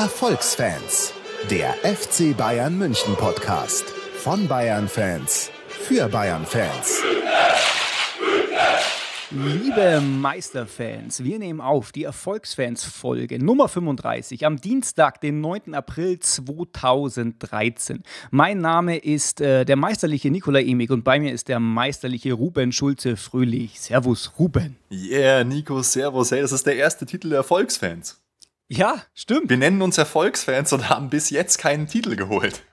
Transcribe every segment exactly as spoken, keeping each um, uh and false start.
Erfolgsfans, der F C Bayern München Podcast von Bayern-Fans für Bayern-Fans. Liebe Meisterfans, wir nehmen auf die Erfolgsfans-Folge Nummer fünfunddreißig am Dienstag, den neunten April zweitausenddreizehn. Mein Name ist äh, der meisterliche Nikolai Emig und bei mir ist der meisterliche Ruben Schulze-Fröhlich. Servus, Ruben. Yeah, Nico, servus. Hey, das ist der erste Titel der Erfolgsfans. Ja, stimmt. Wir nennen uns Erfolgsfans und haben bis jetzt keinen Titel geholt.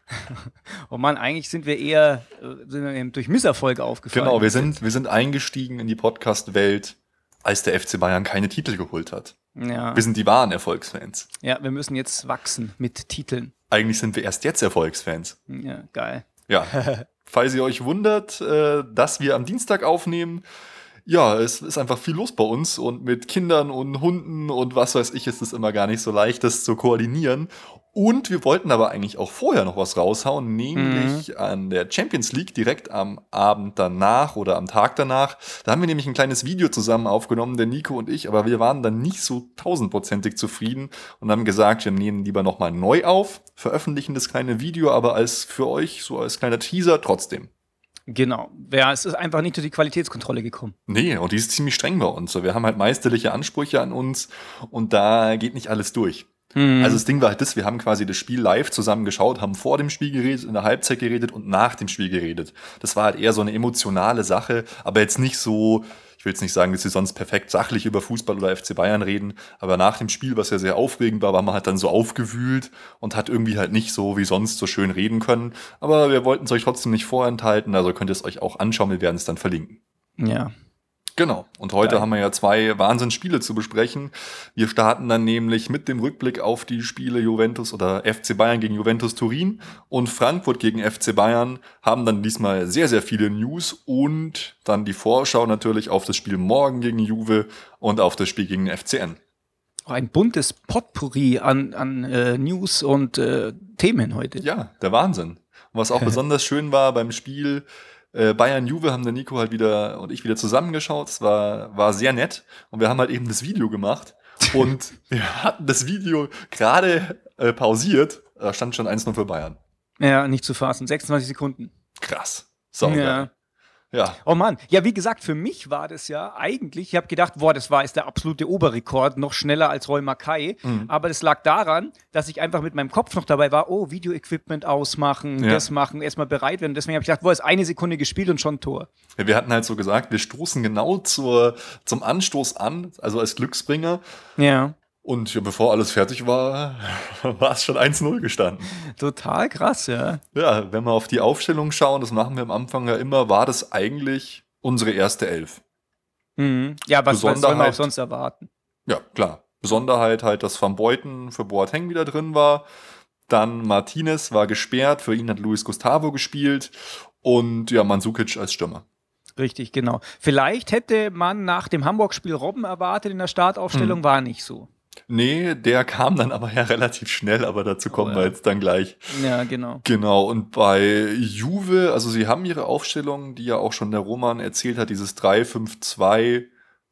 Oh Mann, eigentlich sind wir eher äh, sind wir durch Misserfolge aufgefallen. Genau, wir sind, wir sind eingestiegen in die Podcast-Welt, als der F C Bayern keine Titel geholt hat. Ja. Wir sind die wahren Erfolgsfans. Ja, wir müssen jetzt wachsen mit Titeln. Eigentlich sind wir erst jetzt Erfolgsfans. Ja, geil. Ja, falls ihr euch wundert, äh, dass wir am Dienstag aufnehmen, ja, es ist einfach viel los bei uns und mit Kindern und Hunden und was weiß ich, ist es immer gar nicht so leicht, das zu koordinieren. Und wir wollten aber eigentlich auch vorher noch was raushauen, nämlich mhm. an der Champions League direkt am Abend danach oder am Tag danach. Da haben wir nämlich ein kleines Video zusammen aufgenommen, der Nico und ich, aber wir waren dann nicht so tausendprozentig zufrieden und haben gesagt, wir nehmen lieber nochmal neu auf, veröffentlichen das kleine Video, aber als für euch, so als kleiner Teaser trotzdem. Genau. Ja, es ist einfach nicht durch die Qualitätskontrolle gekommen. Nee, und die ist ziemlich streng bei uns. Wir haben halt meisterliche Ansprüche an uns und da geht nicht alles durch. Mhm. Also das Ding war halt das, wir haben quasi das Spiel live zusammen geschaut, haben vor dem Spiel geredet, in der Halbzeit geredet und nach dem Spiel geredet. Das war halt eher so eine emotionale Sache, aber jetzt nicht so, ich will jetzt nicht sagen, dass wir sonst perfekt sachlich über Fußball oder F C Bayern reden, aber nach dem Spiel, was ja sehr aufregend war, war man halt dann so aufgewühlt und hat irgendwie halt nicht so wie sonst so schön reden können. Aber wir wollten es euch trotzdem nicht vorenthalten, also könnt ihr es euch auch anschauen, wir werden es dann verlinken. Ja. Genau. Und heute Geil. haben wir ja zwei Wahnsinnsspiele zu besprechen. Wir starten dann nämlich mit dem Rückblick auf die Spiele Juventus oder F C Bayern gegen Juventus Turin und Frankfurt gegen F C Bayern, haben dann diesmal sehr, sehr viele News und dann die Vorschau natürlich auf das Spiel morgen gegen Juve und auf das Spiel gegen den F C N. Ein buntes Potpourri an, an äh, News und äh, Themen heute. Ja, der Wahnsinn. Und was auch besonders schön war beim Spiel Bayern-Juve haben der Nico halt wieder und ich wieder zusammengeschaut. Es war, war sehr nett. Und wir haben halt eben das Video gemacht. Und wir hatten das Video gerade äh, pausiert. Da stand schon eins null für Bayern. Ja, nicht zu fassen. sechsundzwanzig Sekunden. Krass. So, ja. Ja. Oh Mann, ja, wie gesagt, für mich war das ja eigentlich, ich habe gedacht, boah, das war jetzt der absolute Oberrekord, noch schneller als Roy Mackay, mhm. aber das lag daran, dass ich einfach mit meinem Kopf noch dabei war, oh, Video-Equipment ausmachen, ja. das machen, erstmal bereit werden. Deswegen habe ich gedacht, boah, ist eine Sekunde gespielt und schon Tor. Ja, wir hatten halt so gesagt, wir stoßen genau zur, zum Anstoß an, also als Glücksbringer. Ja. Und ja, bevor alles fertig war, war es schon eins null gestanden. Total krass, ja. Ja, wenn wir auf die Aufstellung schauen, das machen wir am Anfang ja immer, war das eigentlich unsere erste Elf. Mhm. Ja, was, was soll man auch sonst erwarten? Ja, klar. Besonderheit halt, dass Van Beuten für Boateng wieder drin war. Dann Martinez war gesperrt, für ihn hat Luis Gustavo gespielt. Und ja, Mandzukic als Stürmer. Richtig, genau. Vielleicht hätte man nach dem Hamburg-Spiel Robben erwartet in der Startaufstellung, mhm. war nicht so. Nee, der kam dann aber ja relativ schnell, aber dazu kommen oh, ja. wir jetzt dann gleich. Ja, genau. Genau, und bei Juve, also sie haben ihre Aufstellung, die ja auch schon der Roman erzählt hat, dieses drei fünf zwei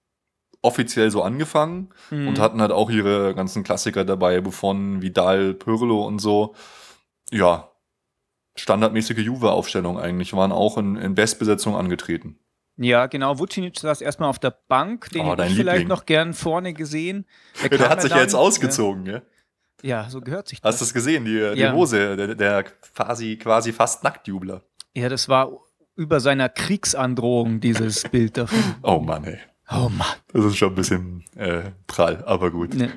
offiziell so angefangen mhm. und hatten halt auch ihre ganzen Klassiker dabei, Buffon, Vidal, Pirlo und so. Ja, standardmäßige Juve-Aufstellung eigentlich, waren auch in, in Bestbesetzung angetreten. Ja, genau. Vucinic saß erstmal auf der Bank, den oh, hätte ich Liebling. vielleicht noch gern vorne gesehen. Der, der hat sich ja jetzt ausgezogen, ja. Ja, so gehört sich das. Hast du das gesehen, die, die ja. Hose, der, der quasi, quasi fast Nacktjubler. Ja, das war über seiner Kriegsandrohung, dieses Bild davon. Oh Mann, ey. Oh Mann. Das ist schon ein bisschen äh, prall, aber gut. Ne.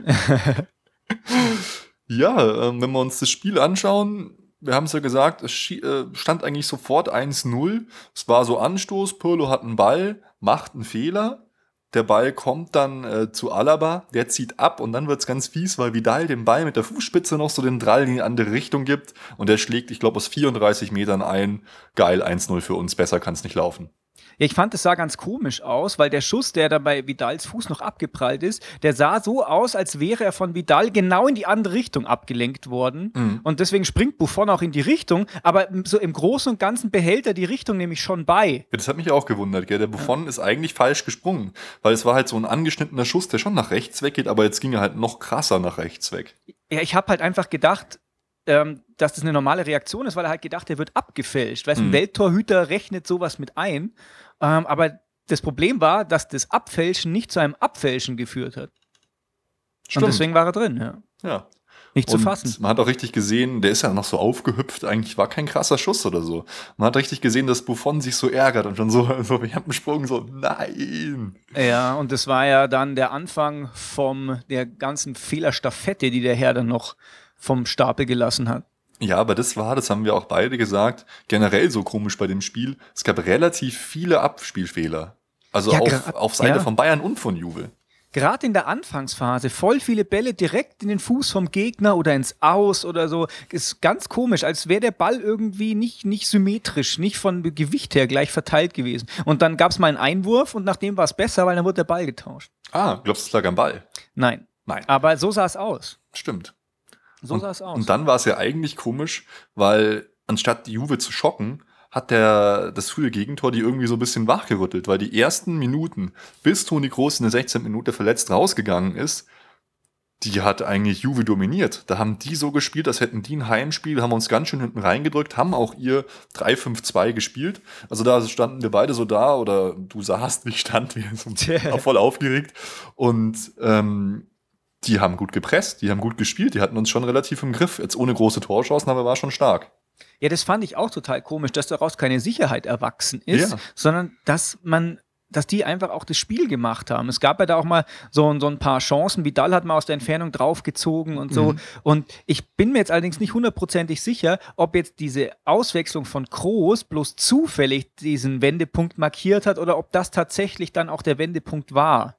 Ja, ähm, wenn wir uns das Spiel anschauen, wir haben es ja gesagt, es stand eigentlich sofort eins null. Es war so Anstoß, Pirlo hat einen Ball, macht einen Fehler. Der Ball kommt dann äh, zu Alaba, der zieht ab und dann wird's ganz fies, weil Vidal den Ball mit der Fußspitze noch so den Drall in die andere Richtung gibt und der schlägt, ich glaube, aus vierunddreißig Metern ein. Geil, eins null für uns, besser kann's nicht laufen. Ja, ich fand, es sah ganz komisch aus, weil der Schuss, der da bei Vidals Fuß noch abgeprallt ist, der sah so aus, als wäre er von Vidal genau in die andere Richtung abgelenkt worden. Mhm. Und deswegen springt Buffon auch in die Richtung, aber so im Großen und Ganzen behält er die Richtung nämlich schon bei. Ja, das hat mich auch gewundert, gell? Der Buffon ja. ist eigentlich falsch gesprungen, weil es war halt so ein angeschnittener Schuss, der schon nach rechts weggeht, aber jetzt ging er halt noch krasser nach rechts weg. Ja, ich habe halt einfach gedacht, ähm, dass das eine normale Reaktion ist, weil er halt gedacht, er wird abgefälscht. Weißt du, Mhm. ein Welttorhüter rechnet sowas mit ein. Ähm, aber das Problem war, dass das Abfälschen nicht zu einem Abfälschen geführt hat. Stimmt. Und deswegen war er drin, ja. Ja. Nicht zu Und fassen. man hat auch richtig gesehen, der ist ja noch so aufgehüpft, eigentlich war kein krasser Schuss oder so. Man hat richtig gesehen, dass Buffon sich so ärgert und schon so, so wir haben einen Sprung, so, nein. Ja, und das war ja dann der Anfang vom der ganzen Fehlerstaffette, die der Herr dann noch vom Stapel gelassen hat. Ja, aber das war, das haben wir auch beide gesagt, generell so komisch bei dem Spiel. Es gab relativ viele Abspielfehler. Also Ja, auf, gra- auf Seite ja. von Bayern und von Juve. Gerade in der Anfangsphase voll viele Bälle direkt in den Fuß vom Gegner oder ins Aus oder so. Ist ganz komisch, als wäre der Ball irgendwie nicht, nicht symmetrisch, nicht von Gewicht her gleich verteilt gewesen. Und dann gab es mal einen Einwurf und nachdem war es besser, weil dann wurde der Ball getauscht. Ah, glaubst du, es lag am Ball? Nein. Nein. Aber so sah es aus. Stimmt. So und, sah es aus. Und dann war es ja eigentlich komisch, weil anstatt die Juve zu schocken, hat der das frühe Gegentor die irgendwie so ein bisschen wachgerüttelt, weil die ersten Minuten, bis Toni Kroos in der sechzehnten Minute verletzt rausgegangen ist, die hat eigentlich Juve dominiert. Da haben die so gespielt, als hätten die ein Heimspiel, haben uns ganz schön hinten reingedrückt, haben auch ihr drei fünf zwei gespielt. Also da standen wir beide so da, oder du sahst, wie ich stand, wir sind voll aufgeregt. Und ähm, die haben gut gepresst, die haben gut gespielt, die hatten uns schon relativ im Griff. Jetzt ohne große Torchancen, aber war schon stark. Ja, das fand ich auch total komisch, dass daraus keine Sicherheit erwachsen ist, Ja. sondern dass man, dass die einfach auch das Spiel gemacht haben. Es gab ja da auch mal so, so ein paar Chancen. Vidal hat mal aus der Entfernung draufgezogen und so. Mhm. Und ich bin mir jetzt allerdings nicht hundertprozentig sicher, ob jetzt diese Auswechslung von Kroos bloß zufällig diesen Wendepunkt markiert hat oder ob das tatsächlich dann auch der Wendepunkt war.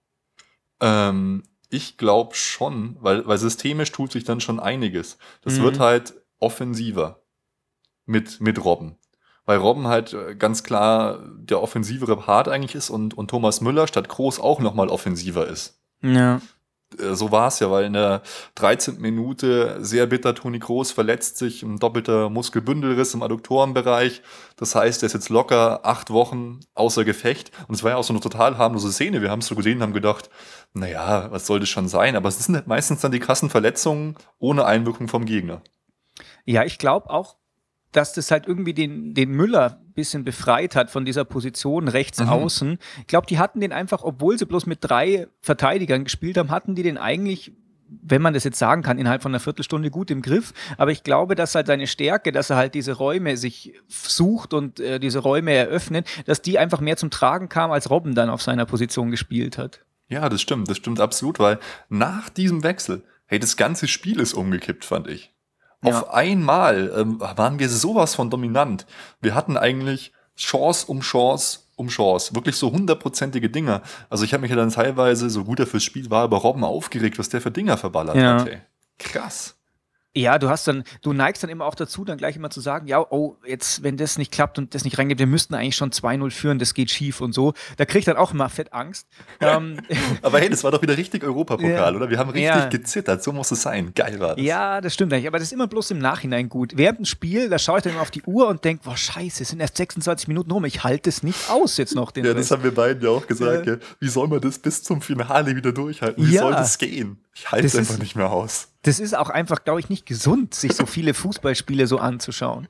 Ähm, ich glaube schon, weil, weil systemisch tut sich dann schon einiges. Das Mhm. wird halt offensiver mit, mit Robben. Weil Robben halt äh, ganz klar der offensivere Part eigentlich ist und, und Thomas Müller statt Kroos auch nochmal offensiver ist. Ja. Äh, So war es ja, weil in der dreizehnten Minute sehr bitter Toni Kroos verletzt sich, ein doppelter Muskelbündelriss im Adduktorenbereich. Das heißt, er ist jetzt locker acht Wochen außer Gefecht. Und es war ja auch so eine total harmlose Szene. Wir haben es so gesehen und haben gedacht, naja, was soll das schon sein? Aber es sind halt meistens dann die krassen Verletzungen ohne Einwirkung vom Gegner. Ja, ich glaube auch, dass das halt irgendwie den, den Müller ein bisschen befreit hat von dieser Position rechts Mhm. außen. Ich glaube, die hatten den einfach, obwohl sie bloß mit drei Verteidigern gespielt haben, hatten die den eigentlich, wenn man das jetzt sagen kann, innerhalb von einer Viertelstunde gut im Griff. Aber ich glaube, dass halt seine Stärke, dass er halt diese Räume sich sucht und äh, diese Räume eröffnet, dass die einfach mehr zum Tragen kam, als Robben dann auf seiner Position gespielt hat. Ja, das stimmt, das stimmt absolut, weil nach diesem Wechsel, hey, das ganze Spiel ist umgekippt, fand ich. Ja. Auf einmal ähm, waren wir sowas von dominant. Wir hatten eigentlich Chance um Chance um Chance. Wirklich so hundertprozentige Dinger. Also ich habe mich ja dann teilweise, so gut er fürs Spiel war, über Robben aufgeregt, was der für Dinger verballert Ja. hat. Ey. Krass. Ja, du hast dann, du neigst dann immer auch dazu, dann gleich immer zu sagen, ja, oh, jetzt, wenn das nicht klappt und das nicht reingeht, wir müssten eigentlich schon zwei null führen, das geht schief und so. Da krieg ich dann auch immer fett Angst. ähm, Aber hey, das war doch wieder richtig Europapokal, Ja. oder? Wir haben richtig Ja. gezittert. So muss es sein. Geil war das. ja, das stimmt eigentlich, aber das ist immer bloß im Nachhinein gut. Während dem Spiel, da schaue ich dann immer auf die Uhr und denke, boah, scheiße, es sind erst sechsundzwanzig Minuten rum, ich halte es nicht aus jetzt noch den Ja, das Rest. haben wir beiden ja auch gesagt. Ja. Ja. Wie soll man das bis zum Finale wieder durchhalten? Wie Ja. soll das gehen? Ich halte es Das einfach ist- nicht mehr aus. Das ist auch einfach, glaube ich, nicht gesund, sich so viele Fußballspiele so anzuschauen.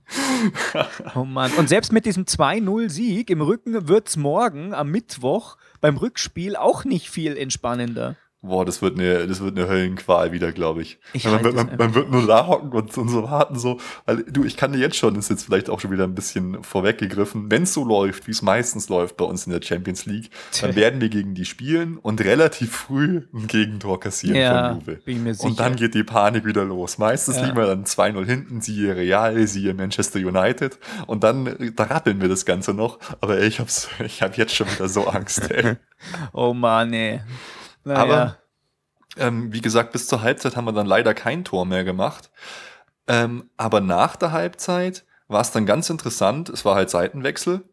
Oh Mann. Und selbst mit diesem zwei null Sieg im Rücken wird es morgen am Mittwoch beim Rückspiel auch nicht viel entspannender. Boah, das wird eine, das wird eine Höllenqual wieder, glaube ich. Ich man, halte man, es man, einfach man wird nur da hocken und, und so warten, so. Weil, du, ich kann dir jetzt schon, das ist jetzt vielleicht auch schon wieder ein bisschen vorweggegriffen, wenn es so läuft, wie es meistens läuft bei uns in der Champions League, dann werden wir gegen die spielen und relativ früh ein Gegentor kassieren Ja, von Juve. bin ich mir sicher. Und dann geht die Panik wieder los. Meistens Ja. liegen wir dann zwei null hinten, siehe Real, siehe Manchester United. Und dann, äh, da rappeln wir das Ganze noch. Aber ey, ich hab's, ich hab jetzt schon wieder so Angst, ey. Oh Mann, ey. Naja. Aber ähm, wie gesagt, bis zur Halbzeit haben wir dann leider kein Tor mehr gemacht. Ähm, aber nach der Halbzeit war es dann ganz interessant. Es war halt Seitenwechsel.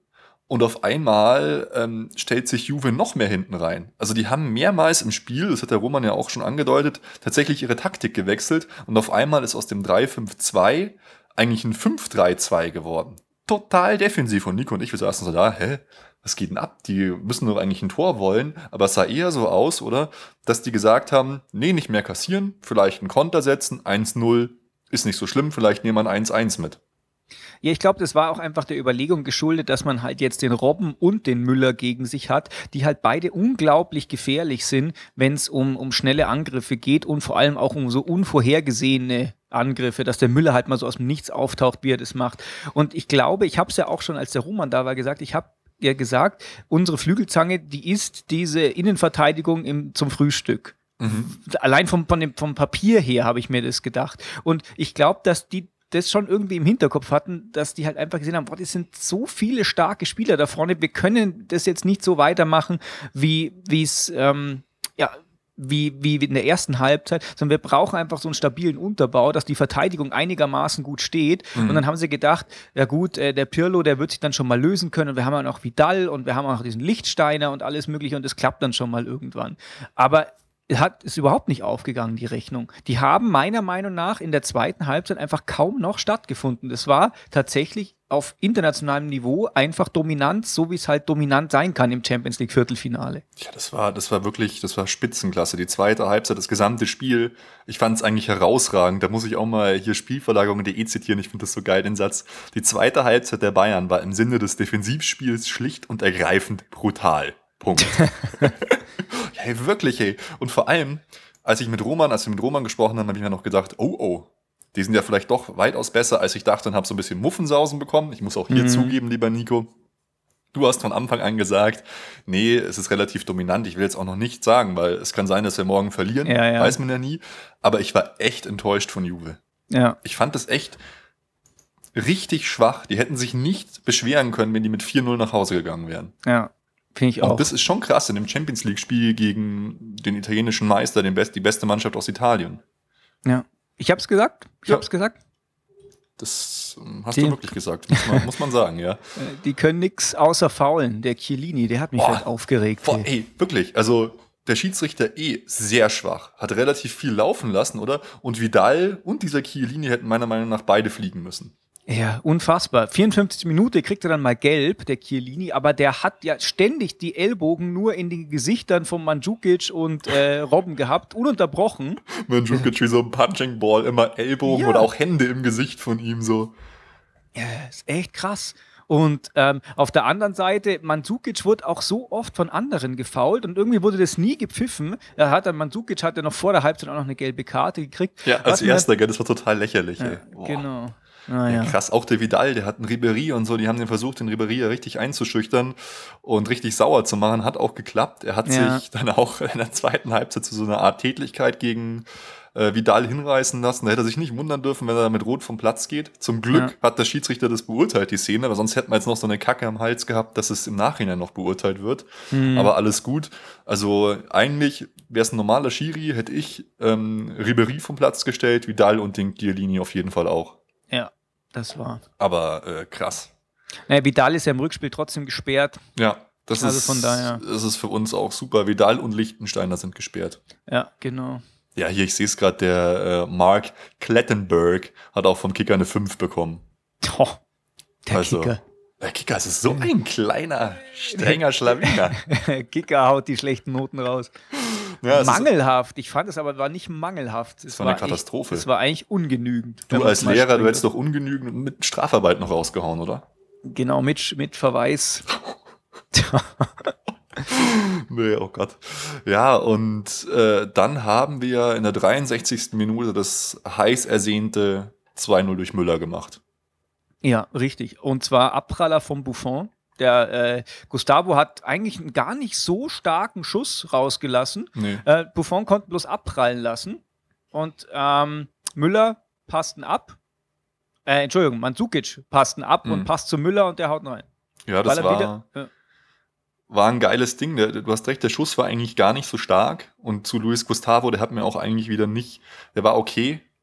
Und auf einmal ähm, stellt sich Juve noch mehr hinten rein. Also die haben mehrmals im Spiel, das hat der Roman ja auch schon angedeutet, tatsächlich ihre Taktik gewechselt. Und auf einmal ist aus dem drei fünf zwei eigentlich ein fünf drei zwei geworden. Total defensiv. Und Nico und ich, wir saßen so da, hä, was geht denn ab? Die müssen doch eigentlich ein Tor wollen. Aber es sah eher so aus, oder? Dass die gesagt haben, nee, nicht mehr kassieren, vielleicht einen Konter setzen, eins null, ist nicht so schlimm, vielleicht nehmen wir ein eins eins mit. Ja, ich glaube, das war auch einfach der Überlegung geschuldet, dass man halt jetzt den Robben und den Müller gegen sich hat, die halt beide unglaublich gefährlich sind, wenn es um, um schnelle Angriffe geht und vor allem auch um so unvorhergesehene Angriffe, dass der Müller halt mal so aus dem Nichts auftaucht, wie er das macht. Und ich glaube, ich habe es ja auch schon, als der Roman da war, gesagt, ich habe ja gesagt, unsere Flügelzange, die ist diese Innenverteidigung im, zum Frühstück. Mhm. Allein vom, von dem, vom Papier her habe ich mir das gedacht. Und ich glaube, dass die das schon irgendwie im Hinterkopf hatten, dass die halt einfach gesehen haben, boah, das sind so viele starke Spieler da vorne, wir können das jetzt nicht so weitermachen, wie es ähm, ja, wie, wie in der ersten Halbzeit, sondern wir brauchen einfach so einen stabilen Unterbau, dass die Verteidigung einigermaßen gut steht. Mhm. Und dann haben sie gedacht, ja gut, äh, der Pirlo, der wird sich dann schon mal lösen können und wir haben ja noch Vidal und wir haben auch noch diesen Lichtsteiner und alles mögliche und das klappt dann schon mal irgendwann. Aber hat ist überhaupt nicht aufgegangen, die Rechnung. Die haben meiner Meinung nach in der zweiten Halbzeit einfach kaum noch stattgefunden. Das war tatsächlich auf internationalem Niveau einfach Dominanz, so wie es halt dominant sein kann im Champions League Viertelfinale. Ja, das war, das war wirklich, das war Spitzenklasse. Die zweite Halbzeit, das gesamte Spiel, ich fand es eigentlich herausragend. Da muss ich auch mal hier Spielverlagerung punkt de zitieren. Ich finde das so geil, den Satz. Die zweite Halbzeit der Bayern war im Sinne des Defensivspiels schlicht und ergreifend brutal. Punkt. Ja, ey, wirklich, ey. Und vor allem, als ich mit Roman, als wir mit Roman gesprochen haben, habe ich mir noch gedacht, oh, oh, die sind ja vielleicht doch weitaus besser, als ich dachte und habe so ein bisschen Muffensausen bekommen. Ich muss auch hier mhm. zugeben, lieber Nico, du hast von Anfang an gesagt, nee, es ist relativ dominant. Ich will jetzt auch noch nicht sagen, weil es kann sein, dass wir morgen verlieren, ja, ja. weiß man ja nie. Aber ich war echt enttäuscht von Juve. Ja. Ich fand das echt richtig schwach. Die hätten sich nicht beschweren können, wenn die mit vier null nach Hause gegangen wären. Ja. Finde ich auch. Und das ist schon krass in dem Champions League-Spiel gegen den italienischen Meister, den Best, die beste Mannschaft aus Italien. Ja. Ich hab's gesagt. Ich ja. hab's gesagt. Das hast die, du wirklich gesagt, muss man, muss man sagen, ja. Die können nix außer faulen. Der Chiellini, der hat mich boah, halt aufgeregt. Boah, ey, wirklich. Also der Schiedsrichter eh sehr schwach. Hat relativ viel laufen lassen, oder? Und Vidal und dieser Chiellini hätten meiner Meinung nach beide fliegen müssen. Ja, unfassbar. vierundfünfzig Minute kriegt er dann mal gelb, der Chiellini, aber der hat ja ständig die Ellbogen nur in den Gesichtern von Mandzukic und äh, Robben gehabt, ununterbrochen. Mandzukic wie so ein Punching Ball, immer Ellbogen ja. oder auch Hände im Gesicht von ihm so. Ja, ist echt krass. Und ähm, auf der anderen Seite, Mandzukic wurde auch so oft von anderen gefoult und irgendwie wurde das nie gepfiffen. Er hat dann, Mandzukic hat ja noch vor der Halbzeit auch noch eine gelbe Karte gekriegt. Ja, als erster, gell, das war total lächerlich. Ja, ey. Genau. Ah, ja. Ja, krass, auch der Vidal, der hat einen Ribéry und so, die haben den versucht, den Ribéry richtig einzuschüchtern und richtig sauer zu machen, hat auch geklappt. Er hat ja. sich dann auch in der zweiten Halbzeit zu so einer Art Tätlichkeit gegen äh, Vidal hinreißen lassen. Da hätte er sich nicht wundern dürfen, wenn er mit Rot vom Platz geht. Zum Glück ja. hat der Schiedsrichter das beurteilt, die Szene, aber sonst hätten wir jetzt noch so eine Kacke am Hals gehabt, dass es im Nachhinein noch beurteilt wird. Mhm. Aber alles gut. Also eigentlich wäre es ein normaler Schiri, hätte ich ähm, Ribéry vom Platz gestellt, Vidal und den Chiellini auf jeden Fall auch. Ja. Das war. Aber äh, krass. Naja, Vidal ist ja im Rückspiel trotzdem gesperrt. Ja, das, also ist, von daher. das ist für uns auch super. Vidal und Lichtensteiner sind gesperrt. Ja, genau. Ja, hier, ich sehe es gerade, der äh, Mark Klettenberg hat auch vom Kicker eine fünf bekommen. Oh, der also, Kicker. Der Kicker, es ist so ein kleiner, strenger Schlawiner. Kicker haut die schlechten Noten raus. Ja, mangelhaft. Ich fand es aber war nicht mangelhaft. Es war eine Katastrophe. Es war eigentlich ungenügend. Du als Lehrer, du hättest doch ungenügend mit Strafarbeit noch rausgehauen, oder? Genau, mit, mit Verweis. Nee, oh Gott. Ja, und äh, dann haben wir in der dreiundsechzigsten Minute das heiß ersehnte zwei null durch Müller gemacht. Ja, richtig. Und zwar Abpraller vom Buffon. Der äh, Gustavo hat eigentlich einen gar nicht so starken Schuss rausgelassen. Nee. Äh, Buffon konnte bloß abprallen lassen. Und ähm, Müller passten ab. Äh, Entschuldigung, Mandzukic passten ab mhm. und passt zu Müller und der haut noch rein. Ja, das war, wieder, ja. war ein geiles Ding. Der, du hast recht, der Schuss war eigentlich gar nicht so stark. Und zu Luis Gustavo, der hat mir auch eigentlich wieder nicht, der war okay.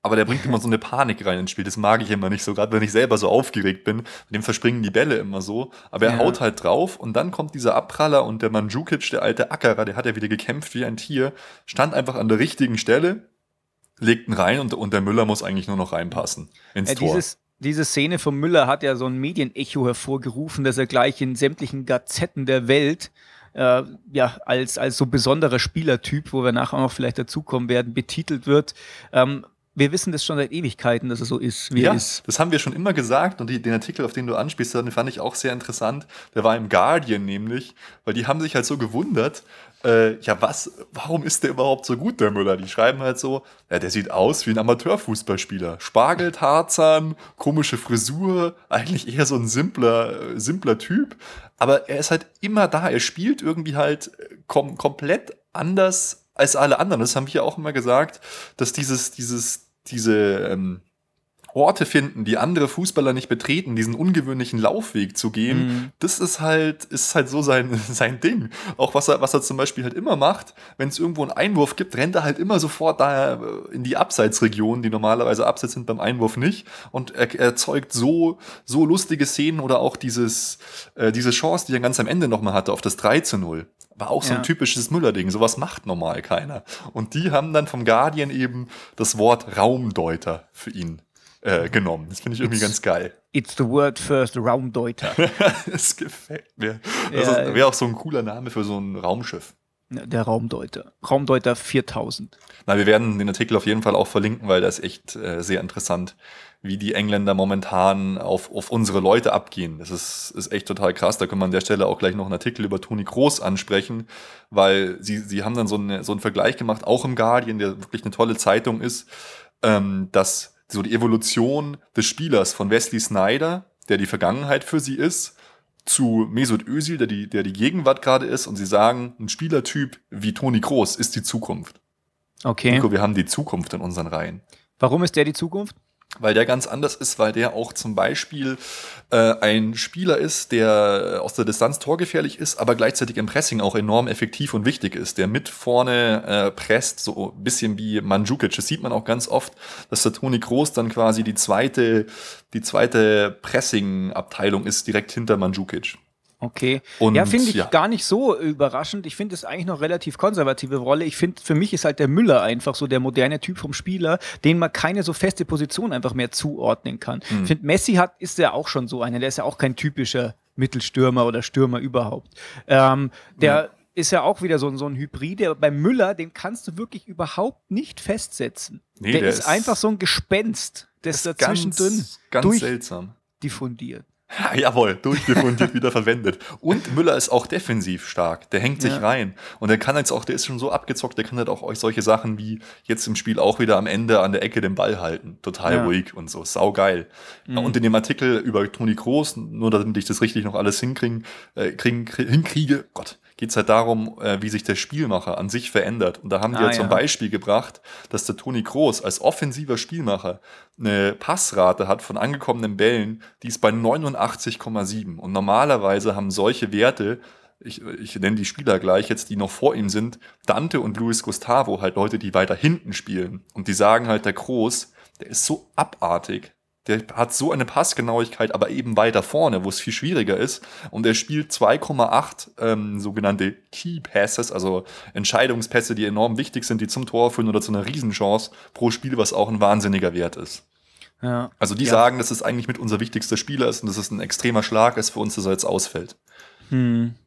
aber der bringt immer so eine Panik rein ins Spiel. Das mag ich immer nicht so, gerade wenn ich selber so aufgeregt bin. Mit dem verspringen die Bälle immer so. Aber er Ja. haut halt drauf und dann kommt dieser Abpraller und der Mandzukic, der alte Ackerer, der hat ja wieder gekämpft wie ein Tier, stand einfach an der richtigen Stelle, legt ihn rein und, und der Müller muss eigentlich nur noch reinpassen ins Äh, Tor. dieses, diese Szene von Müller hat ja so ein Medienecho hervorgerufen, dass er gleich in sämtlichen Gazetten der Welt äh, ja, als, als so besonderer Spielertyp, wo wir nachher noch vielleicht dazukommen werden, betitelt wird. Ähm, wir wissen das schon seit Ewigkeiten, dass er so ist, wie Ja, er ist. das haben wir schon immer gesagt und die, den Artikel, auf den du anspielst, den fand ich auch sehr interessant. Der war im Guardian nämlich, weil die haben sich halt so gewundert, äh, ja was, warum ist der überhaupt so gut, der Müller? Die schreiben halt so, ja, der sieht aus wie ein Amateurfußballspieler. Spargel, Tarzan, komische Frisur, eigentlich eher so ein simpler, äh, simpler Typ, aber er ist halt immer da, er spielt irgendwie halt kom- komplett anders als alle anderen. Das haben wir auch immer gesagt, dass dieses, dieses, diese ähm, Orte finden, die andere Fußballer nicht betreten, diesen ungewöhnlichen Laufweg zu gehen, Mhm. das ist halt, ist halt so sein, sein Ding. Auch was er, was er zum Beispiel halt immer macht, wenn es irgendwo einen Einwurf gibt, rennt er halt immer sofort da in die Abseitsregion, die normalerweise abseits sind beim Einwurf nicht, und er, er erzeugt so, so lustige Szenen oder auch dieses, äh, diese Chance, die er ganz am Ende nochmal hatte, auf das drei zu null. War auch so ein Ja. typisches Müller-Ding. Sowas macht normal keiner. Und die haben dann vom Guardian eben das Wort Raumdeuter für ihn äh, genommen. Das finde ich irgendwie ganz geil. It's the word first, Raumdeuter. Das gefällt mir. Ja, Das ja. wäre auch so ein cooler Name für so ein Raumschiff. Der Raumdeuter. Raumdeuter viertausend. Na, wir werden den Artikel auf jeden Fall auch verlinken, weil das ist echt äh, sehr interessant, wie die Engländer momentan auf, auf unsere Leute abgehen. Das ist, ist echt total krass. Da können wir an der Stelle auch gleich noch einen Artikel über Toni Kroos ansprechen, weil sie, sie haben dann so, eine, so einen Vergleich gemacht, auch im Guardian, der wirklich eine tolle Zeitung ist, ähm, dass so die Evolution des Spielers von Wesley Sneijder, der die Vergangenheit für sie ist, zu Mesut Özil, der die, der die Gegenwart gerade ist, und sie sagen, ein Spielertyp wie Toni Kroos ist die Zukunft. Okay. Nico, wir haben die Zukunft in unseren Reihen. Warum ist der die Zukunft? Weil der ganz anders ist, weil der auch zum Beispiel äh, ein Spieler ist, der aus der Distanz torgefährlich ist, aber gleichzeitig im Pressing auch enorm effektiv und wichtig ist, der mit vorne äh, presst, so ein bisschen wie Mandzukic. Das sieht man auch ganz oft, dass der Toni Kroos dann quasi die zweite, die zweite Pressing-Abteilung ist, direkt hinter Mandzukic. Okay. Und, ja, finde ich ja. gar nicht so überraschend. Ich finde es eigentlich noch relativ konservative Rolle. Ich finde, für mich ist halt der Müller einfach so der moderne Typ vom Spieler, den man keine so feste Position einfach mehr zuordnen kann. Mhm. Ich finde, Messi hat, ist ja auch schon so einer. Der ist ja auch kein typischer Mittelstürmer oder Stürmer überhaupt. Ähm, der Ja. ist ja auch wieder so, so ein Hybrid. Der, beim Müller, den kannst du wirklich überhaupt nicht festsetzen. Nee, der, der ist, ist- einfach so ein Gespenst, das Das ist dazwischendrin ganz, ganz seltsam. durchdiffundiert. Ja, jawohl, durchdiffundiert wieder verwendet. Und Müller ist auch defensiv stark. Der hängt sich Ja. rein. Und der kann jetzt auch, der ist schon so abgezockt, der kann halt auch euch solche Sachen wie jetzt im Spiel auch wieder am Ende an der Ecke den Ball halten. Total Ja. ruhig und so. Saugeil. Mhm. Und in dem Artikel über Toni Kroos, nur damit ich das richtig noch alles hinkriegen, äh, kriegen, krie- hinkriege, Gott, geht es halt darum, äh, wie sich der Spielmacher an sich verändert. Und da haben die Ah, ja zum ja. Beispiel gebracht, dass der Toni Kroos als offensiver Spielmacher eine Passrate hat von angekommenen Bällen, die ist bei neunundachtzig Komma sieben. Und normalerweise haben solche Werte, ich, ich nenne die Spieler gleich jetzt, die noch vor ihm sind, Dante und Luis Gustavo, halt Leute, die weiter hinten spielen. Und die sagen halt, der Kroos, der ist so abartig. Der hat so eine Passgenauigkeit, aber eben weiter vorne, wo es viel schwieriger ist. Und er spielt zwei Komma acht ähm, sogenannte Key Passes, also Entscheidungspässe, die enorm wichtig sind, die zum Tor führen oder zu einer Riesenchance pro Spiel, was auch ein wahnsinniger Wert ist. Ja. Also die Ja. sagen, dass es eigentlich mit unser wichtigster Spieler ist und dass es ein extremer Schlag ist für uns, dass er jetzt ausfällt. Hm.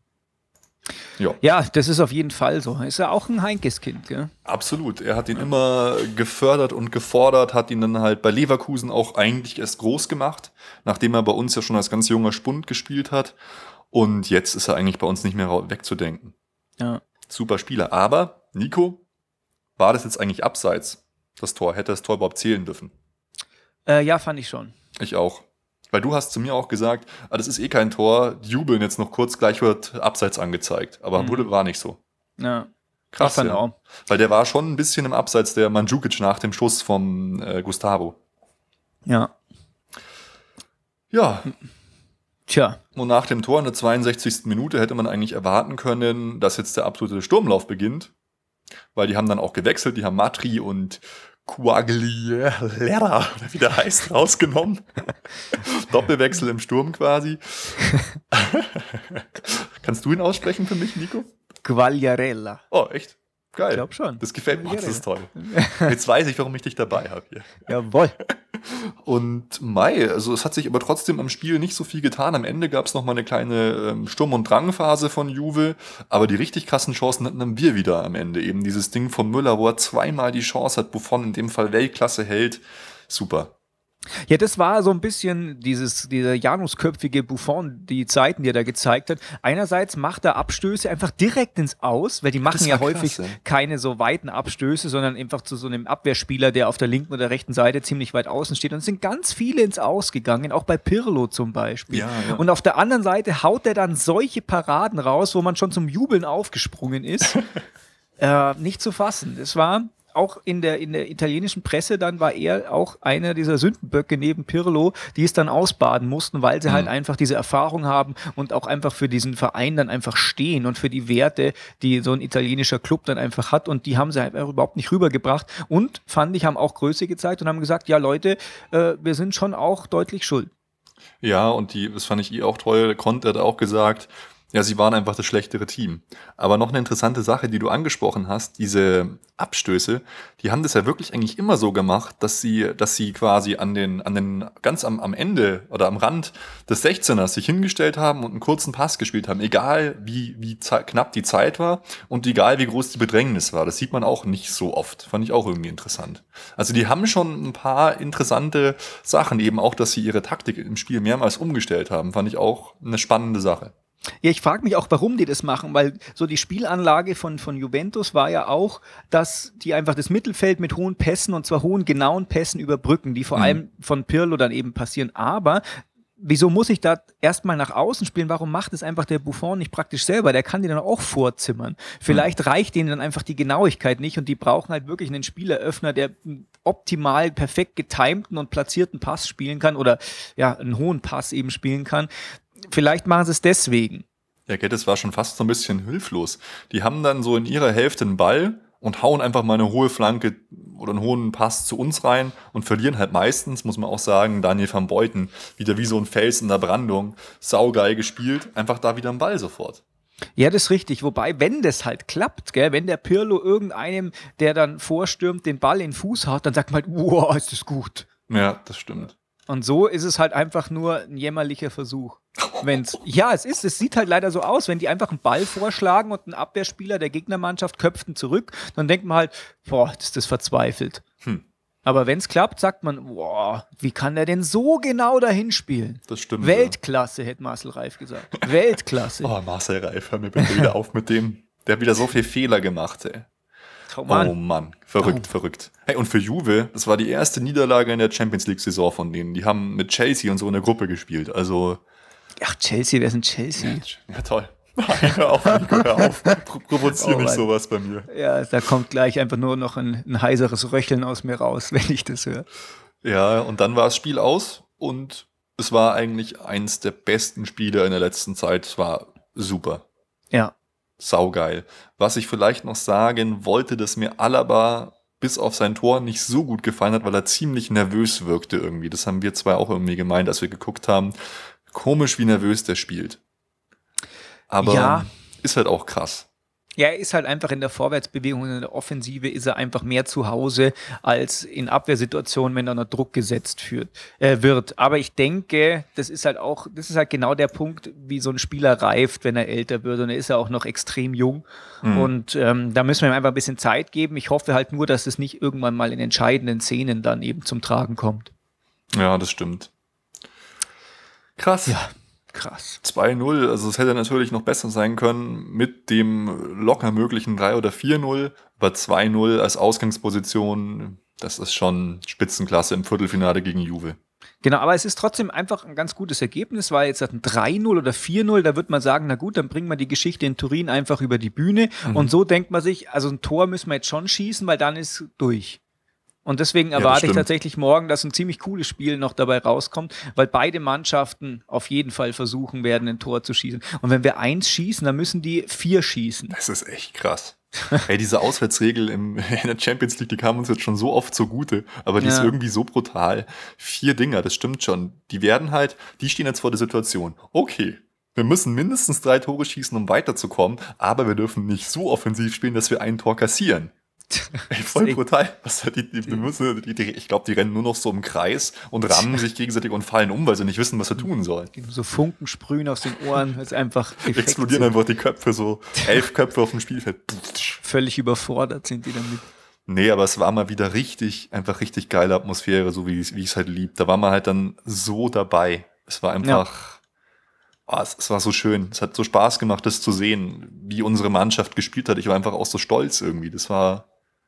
Ja, Ja, das ist auf jeden Fall so. Ist ja auch ein Heinkes-Kind, gell? absolut. Er hat ihn immer gefördert und gefordert, hat ihn dann halt bei Leverkusen auch eigentlich erst groß gemacht, nachdem er bei uns ja schon als ganz junger Spund gespielt hat. Und jetzt ist er eigentlich bei uns nicht mehr ra- wegzudenken. Ja. Super Spieler. Aber, Nico, war das jetzt eigentlich abseits, das Tor? Hätte das Tor überhaupt zählen dürfen? Äh, ja, fand ich schon. Ich auch. Weil du hast zu mir auch gesagt, ah, das ist eh kein Tor, die jubeln jetzt noch kurz, gleich wird abseits angezeigt. Aber Mhm. wurde, war nicht so. Ja. Krass, ich fand ja. auch. Weil der war schon ein bisschen im Abseits, der Mandzukic nach dem Schuss vom äh, Gustavo. Ja. Ja, Tja. und nach dem Tor in der zweiundsechzigsten Minute hätte man eigentlich erwarten können, dass jetzt der absolute Sturmlauf beginnt. Weil die haben dann auch gewechselt, die haben Matri und Quagliarella, oder wie der heißt, rausgenommen. Doppelwechsel im Sturm quasi. Kannst du ihn aussprechen für mich, Nico? Quagliarella. Oh, echt? Geil. Ich glaube schon. Das gefällt mir, das ist toll. Jetzt weiß ich, warum ich dich dabei habe hier. Jawohl. Und Mai, also es hat sich aber trotzdem am Spiel nicht so viel getan. Am Ende gab es noch mal eine kleine ähm, Sturm- und Drangphase von Juve, aber die richtig krassen Chancen hatten dann wir wieder am Ende. Eben dieses Ding von Müller, wo er zweimal die Chance hat, Buffon in dem Fall Weltklasse hält. Super. Ja, das war so ein bisschen dieses, dieser janusköpfige Buffon, die Zeiten, die er da gezeigt hat. Einerseits macht er Abstöße einfach direkt ins Aus, weil die machen ja häufig krass, keine so weiten Abstöße, sondern einfach zu so einem Abwehrspieler, der auf der linken oder rechten Seite ziemlich weit außen steht. Und es sind ganz viele ins Aus gegangen, auch bei Pirlo zum Beispiel. Ja, ja. Und auf der anderen Seite haut er dann solche Paraden raus, wo man schon zum Jubeln aufgesprungen ist. äh, nicht zu fassen. Es war... Auch in der, in der italienischen Presse dann war er auch einer dieser Sündenböcke neben Pirlo, die es dann ausbaden mussten, weil sie mhm. halt einfach diese Erfahrung haben und auch einfach für diesen Verein dann einfach stehen und für die Werte, die so ein italienischer Club dann einfach hat, und die haben sie einfach überhaupt nicht rübergebracht und, fand ich, haben auch Größe gezeigt und haben gesagt, ja Leute, äh, wir sind schon auch deutlich schuld. Ja, und die, das fand ich eh auch toll, Conte hat auch gesagt, ja, sie waren einfach das schlechtere Team. Aber noch eine interessante Sache, die du angesprochen hast, diese Abstöße, die haben das ja wirklich eigentlich immer so gemacht, dass sie, dass sie quasi an den, an den, ganz am, am Ende oder am Rand des sechzehners sich hingestellt haben und einen kurzen Pass gespielt haben, egal wie, wie ze- knapp die Zeit war und egal wie groß die Bedrängnis war. Das sieht man auch nicht so oft. Fand ich auch irgendwie interessant. Also die haben schon ein paar interessante Sachen, eben auch, dass sie ihre Taktik im Spiel mehrmals umgestellt haben, fand ich auch eine spannende Sache. Ja, ich frage mich auch, warum die das machen, weil so die Spielanlage von, von Juventus war ja auch, dass die einfach das Mittelfeld mit hohen Pässen, und zwar hohen, genauen Pässen überbrücken, die vor mhm. allem von Pirlo dann eben passieren. Aber wieso muss ich da erstmal nach außen spielen? Warum macht es einfach der Buffon nicht praktisch selber? Der kann die dann auch vorzimmern. Vielleicht mhm. reicht denen dann einfach die Genauigkeit nicht, und die brauchen halt wirklich einen Spieleröffner, der optimal, perfekt getimten und platzierten Pass spielen kann oder ja, einen hohen Pass eben spielen kann. Vielleicht machen sie es deswegen. Ja, Geddes war schon fast so ein bisschen hilflos. Die haben dann so in ihrer Hälfte einen Ball und hauen einfach mal eine hohe Flanke oder einen hohen Pass zu uns rein und verlieren halt meistens, muss man auch sagen, Daniel van Beuten wieder wie so ein Fels in der Brandung, saugeil gespielt, einfach da wieder einen Ball sofort. Ja, das ist richtig. Wobei, wenn das halt klappt, gell, wenn der Pirlo irgendeinem, der dann vorstürmt, den Ball in den Fuß haut, dann sagt man halt, wow, ist das gut. Ja, das stimmt. Und so ist es halt einfach nur ein jämmerlicher Versuch. Wenn's, ja, es ist, es sieht halt leider so aus, wenn die einfach einen Ball vorschlagen und ein Abwehrspieler der Gegnermannschaft köpft ihn zurück, dann denkt man halt, boah, ist das verzweifelt. Hm. Aber wenn es klappt, sagt man, boah, wie kann der denn so genau dahin spielen? Das stimmt. Weltklasse, ja. Hätte Marcel Reif gesagt. Weltklasse. Oh, Marcel Reif, hör mir bitte wieder auf mit dem. Der hat wieder so viel Fehler gemacht, ey. Oh Mann. oh Mann, verrückt, oh. verrückt. Hey, und für Juve, das war die erste Niederlage in der Champions League-Saison von denen. Die haben mit Chelsea und so in der Gruppe gespielt, also... Ach, Chelsea, wer ist denn Chelsea? Ja, toll. Hör auf, Nico, hör auf. Provozier oh, nicht sowas bei mir. Ja, da kommt gleich einfach nur noch ein, ein heiseres Röcheln aus mir raus, wenn ich das höre. Ja, und dann war das Spiel aus und es war eigentlich eins der besten Spiele in der letzten Zeit. Es war super. Ja. Saugeil. Was ich vielleicht noch sagen wollte, dass mir Alaba bis auf sein Tor nicht so gut gefallen hat, weil er ziemlich nervös wirkte irgendwie. Das haben wir zwei auch irgendwie gemeint, als wir geguckt haben. Komisch, wie nervös der spielt. Aber ja. Ist halt auch krass. Ja, er ist halt einfach in der Vorwärtsbewegung, in der Offensive ist er einfach mehr zu Hause als in Abwehrsituationen, wenn er unter Druck gesetzt führt, äh, wird. Aber ich denke, das ist halt auch, das ist halt genau der Punkt, wie so ein Spieler reift, wenn er älter wird. Und er ist ja auch noch extrem jung. Mhm. Und ähm, da müssen wir ihm einfach ein bisschen Zeit geben. Ich hoffe halt nur, dass es nicht irgendwann mal in entscheidenden Szenen dann eben zum Tragen kommt. Ja, das stimmt. Krass. Ja. Krass. zwei null, also es hätte natürlich noch besser sein können mit dem locker möglichen drei oder vier null, aber zwei null als Ausgangsposition, das ist schon Spitzenklasse im Viertelfinale gegen Juve. Genau, aber es ist trotzdem einfach ein ganz gutes Ergebnis, weil jetzt ein drei null oder vier null, da wird man sagen, na gut, dann bringen wir die Geschichte in Turin einfach über die Bühne mhm. und so denkt man sich, also ein Tor müssen wir jetzt schon schießen, weil dann ist durch. Und deswegen Ja, das erwarte ich stimmt. tatsächlich morgen, dass ein ziemlich cooles Spiel noch dabei rauskommt, weil beide Mannschaften auf jeden Fall versuchen werden, ein Tor zu schießen. Und wenn wir eins schießen, dann müssen die vier schießen. Das ist echt krass. Ey, diese Auswärtsregel im, in der Champions League, die kam uns jetzt schon so oft zugute, aber die ist Ja. irgendwie so brutal. Vier Dinger, das stimmt schon. Die werden halt, die stehen jetzt vor der Situation. Okay, wir müssen mindestens drei Tore schießen, um weiterzukommen, aber wir dürfen nicht so offensiv spielen, dass wir ein Tor kassieren. Ey, voll brutal. Was, die, die, die müssen, die, die, ich glaube, die rennen nur noch so im Kreis und rammen sich gegenseitig und fallen um, weil sie nicht wissen, was sie tun sollen. So Funken sprühen aus den Ohren, das ist einfach Effekt Explodieren sind. einfach die Köpfe, so elf Köpfe auf dem Spielfeld. Völlig überfordert sind die damit. Nee, aber es war mal wieder richtig, einfach richtig geile Atmosphäre, so wie ich wie ich es halt lieb. Da war man halt dann so dabei. Es war einfach, oh, es, es war so schön. Es hat so Spaß gemacht, das zu sehen, wie unsere Mannschaft gespielt hat. Ich war einfach auch so stolz irgendwie. Das war,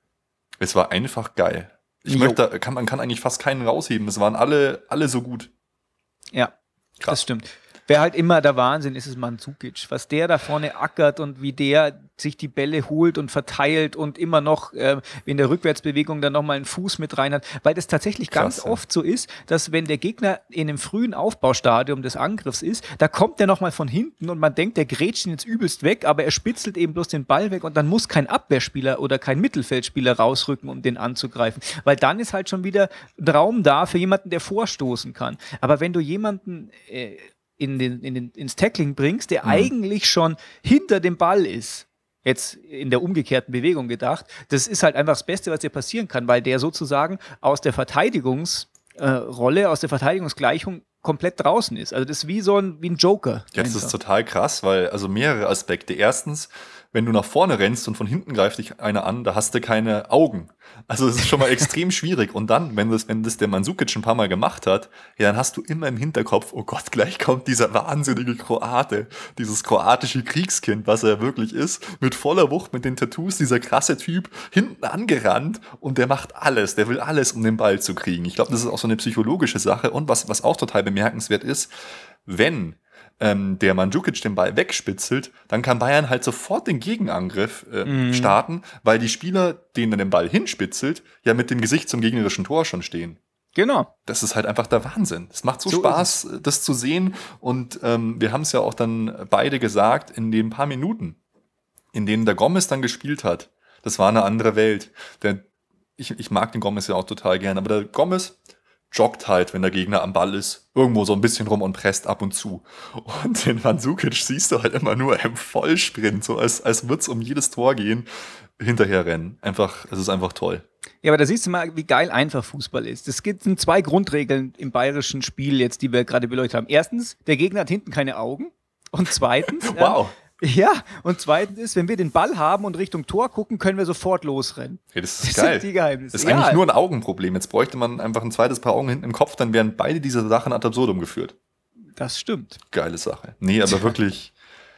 es war einfach geil. Ich Jo. möchte, kann, man kann eigentlich fast keinen rausheben. Es waren alle, alle so gut. Ja, Krass. das stimmt. Wer halt immer der Wahnsinn ist, ist Mandzukic. Was der da vorne ackert und wie der sich die Bälle holt und verteilt und immer noch äh, in der Rückwärtsbewegung dann nochmal einen Fuß mit rein hat. Weil das tatsächlich Krass, ganz ja. oft so ist, dass wenn der Gegner in einem frühen Aufbaustadium des Angriffs ist, da kommt der nochmal von hinten und man denkt, der grätscht ihn jetzt übelst weg, aber er spitzelt eben bloß den Ball weg und dann muss kein Abwehrspieler oder kein Mittelfeldspieler rausrücken, um den anzugreifen. Weil dann ist halt schon wieder ein Raum da für jemanden, der vorstoßen kann. Aber wenn du jemanden äh, in den, in den, ins Tackling bringst, der Mhm. eigentlich schon hinter dem Ball ist, jetzt in der umgekehrten Bewegung gedacht, das ist halt einfach das Beste, was dir passieren kann, weil der sozusagen aus der Verteidigungsrolle, äh, aus der Verteidigungsgleichung komplett draußen ist. Also das ist wie so ein, wie ein Joker. Ja, das ist einfach. total krass, weil, also mehrere Aspekte. Erstens, wenn du nach vorne rennst und von hinten greift dich einer an, da hast du keine Augen. Also das ist schon mal extrem schwierig. Und dann, wenn das, wenn das der Mandzukic ein paar Mal gemacht hat, ja, dann hast du immer im Hinterkopf, oh Gott, gleich kommt dieser wahnsinnige Kroate, dieses kroatische Kriegskind, was er wirklich ist, mit voller Wucht, mit den Tattoos, dieser krasse Typ, hinten angerannt und der macht alles, der will alles, um den Ball zu kriegen. Ich glaube, das ist auch so eine psychologische Sache. Und was, was auch total bemerkenswert ist, wenn ähm, der Mandzukic den Ball wegspitzelt, dann kann Bayern halt sofort den Gegenangriff äh, Mhm. starten, weil die Spieler, denen er den Ball hinspitzelt, ja mit dem Gesicht zum gegnerischen Tor schon stehen. Genau. Das ist halt einfach der Wahnsinn. Es macht so, So Spaß, das zu sehen. Und ähm, wir haben es ja auch dann beide gesagt, in den paar Minuten, in denen der Gomez dann gespielt hat, das war eine andere Welt. Der, ich, ich mag den Gomez ja auch total gern, aber der Gomez joggt halt, wenn der Gegner am Ball ist, irgendwo so ein bisschen rum und presst ab und zu. Und den Mandzukic siehst du halt immer nur im Vollsprint, so als, als würde es um jedes Tor gehen, hinterher rennen. Einfach, es ist einfach toll. Ja, aber da siehst du mal, wie geil einfach Fußball ist. Es gibt sind zwei Grundregeln im bayerischen Spiel jetzt, die wir gerade beleuchtet haben. Erstens, der Gegner hat hinten keine Augen. Und zweitens, ähm, Wow. ja, und zweitens ist, wenn wir den Ball haben und Richtung Tor gucken, können wir sofort losrennen. Hey, das ist Das geil. sind die Geheimnisse. Das ist Ja. eigentlich nur ein Augenproblem. Jetzt bräuchte man einfach ein zweites Paar Augen hinten im Kopf, dann wären beide diese Sachen ad absurdum geführt. Das stimmt. Geile Sache. Nee, aber wirklich,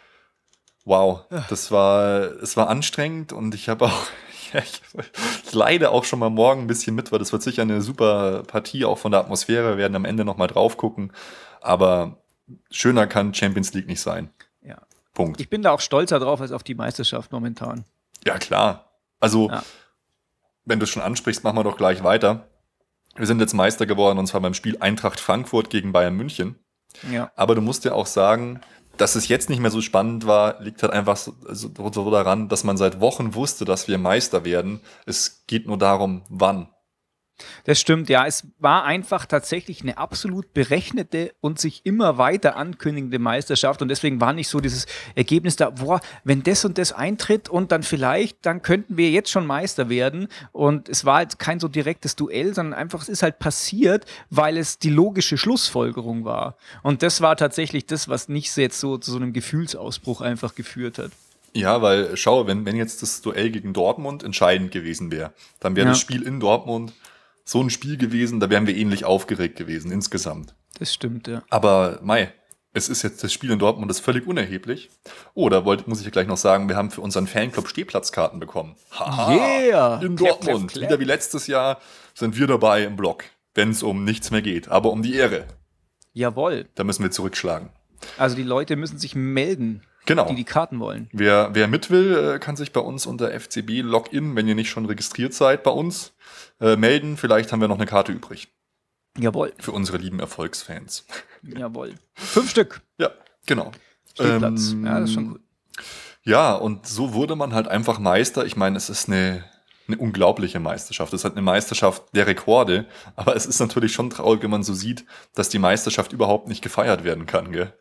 wow. Das war, es war anstrengend und ich habe auch, ja, ich, ich leide auch schon mal morgen ein bisschen mit, weil das wird sicher eine super Partie auch von der Atmosphäre. Wir werden am Ende nochmal drauf gucken. Aber schöner kann Champions League nicht sein. Ja. Punkt. Ich bin da auch stolzer drauf als auf die Meisterschaft momentan. Ja, klar. Also, Ja. wenn du es schon ansprichst, machen wir doch gleich weiter. Wir sind jetzt Meister geworden, und zwar beim Spiel Eintracht Frankfurt gegen Bayern München. Ja. Aber du musst ja auch sagen, dass es jetzt nicht mehr so spannend war, liegt halt einfach so, so, so daran, dass man seit Wochen wusste, dass wir Meister werden. Es geht nur darum, wann. Das stimmt, ja. Es war einfach tatsächlich eine absolut berechnete und sich immer weiter ankündigende Meisterschaft und deswegen war nicht so dieses Ergebnis da, boah, wenn das und das eintritt und dann vielleicht, dann könnten wir jetzt schon Meister werden und es war halt kein so direktes Duell, sondern einfach, es ist halt passiert, weil es die logische Schlussfolgerung war und das war tatsächlich das, was nicht jetzt so zu so einem Gefühlsausbruch einfach geführt hat. Ja, weil schau, wenn, wenn jetzt das Duell gegen Dortmund entscheidend gewesen wäre, dann wäre Ja. das Spiel in Dortmund so ein Spiel gewesen, da wären wir ähnlich aufgeregt gewesen insgesamt. Das stimmt, ja. Aber Mai, es ist jetzt das Spiel in Dortmund, das ist völlig unerheblich. Oh, da wollte, muss ich ja gleich noch sagen, wir haben für unseren Fanclub Stehplatzkarten bekommen. Haha, Yeah! in Clap, Dortmund. clap, clap. Wieder wie letztes Jahr sind wir dabei im Block, wenn es um nichts mehr geht. Aber um die Ehre, Jawohl. da müssen wir zurückschlagen. Also die Leute müssen sich melden Genau. die die Karten wollen. Wer, wer mit will, kann sich bei uns unter F C B Login, wenn ihr nicht schon registriert seid, bei uns äh, melden. Vielleicht haben wir noch eine Karte übrig. Jawohl. Für unsere lieben Erfolgsfans. Jawohl. Fünf Stück. Ja, genau. Stehplatz. Ähm, ja, das ist schon gut. Ja, und so wurde man halt einfach Meister. Ich meine, es ist eine, eine unglaubliche Meisterschaft. Es ist halt eine Meisterschaft der Rekorde. Aber es ist natürlich schon traurig, wenn man so sieht, dass die Meisterschaft überhaupt nicht gefeiert werden kann, gell?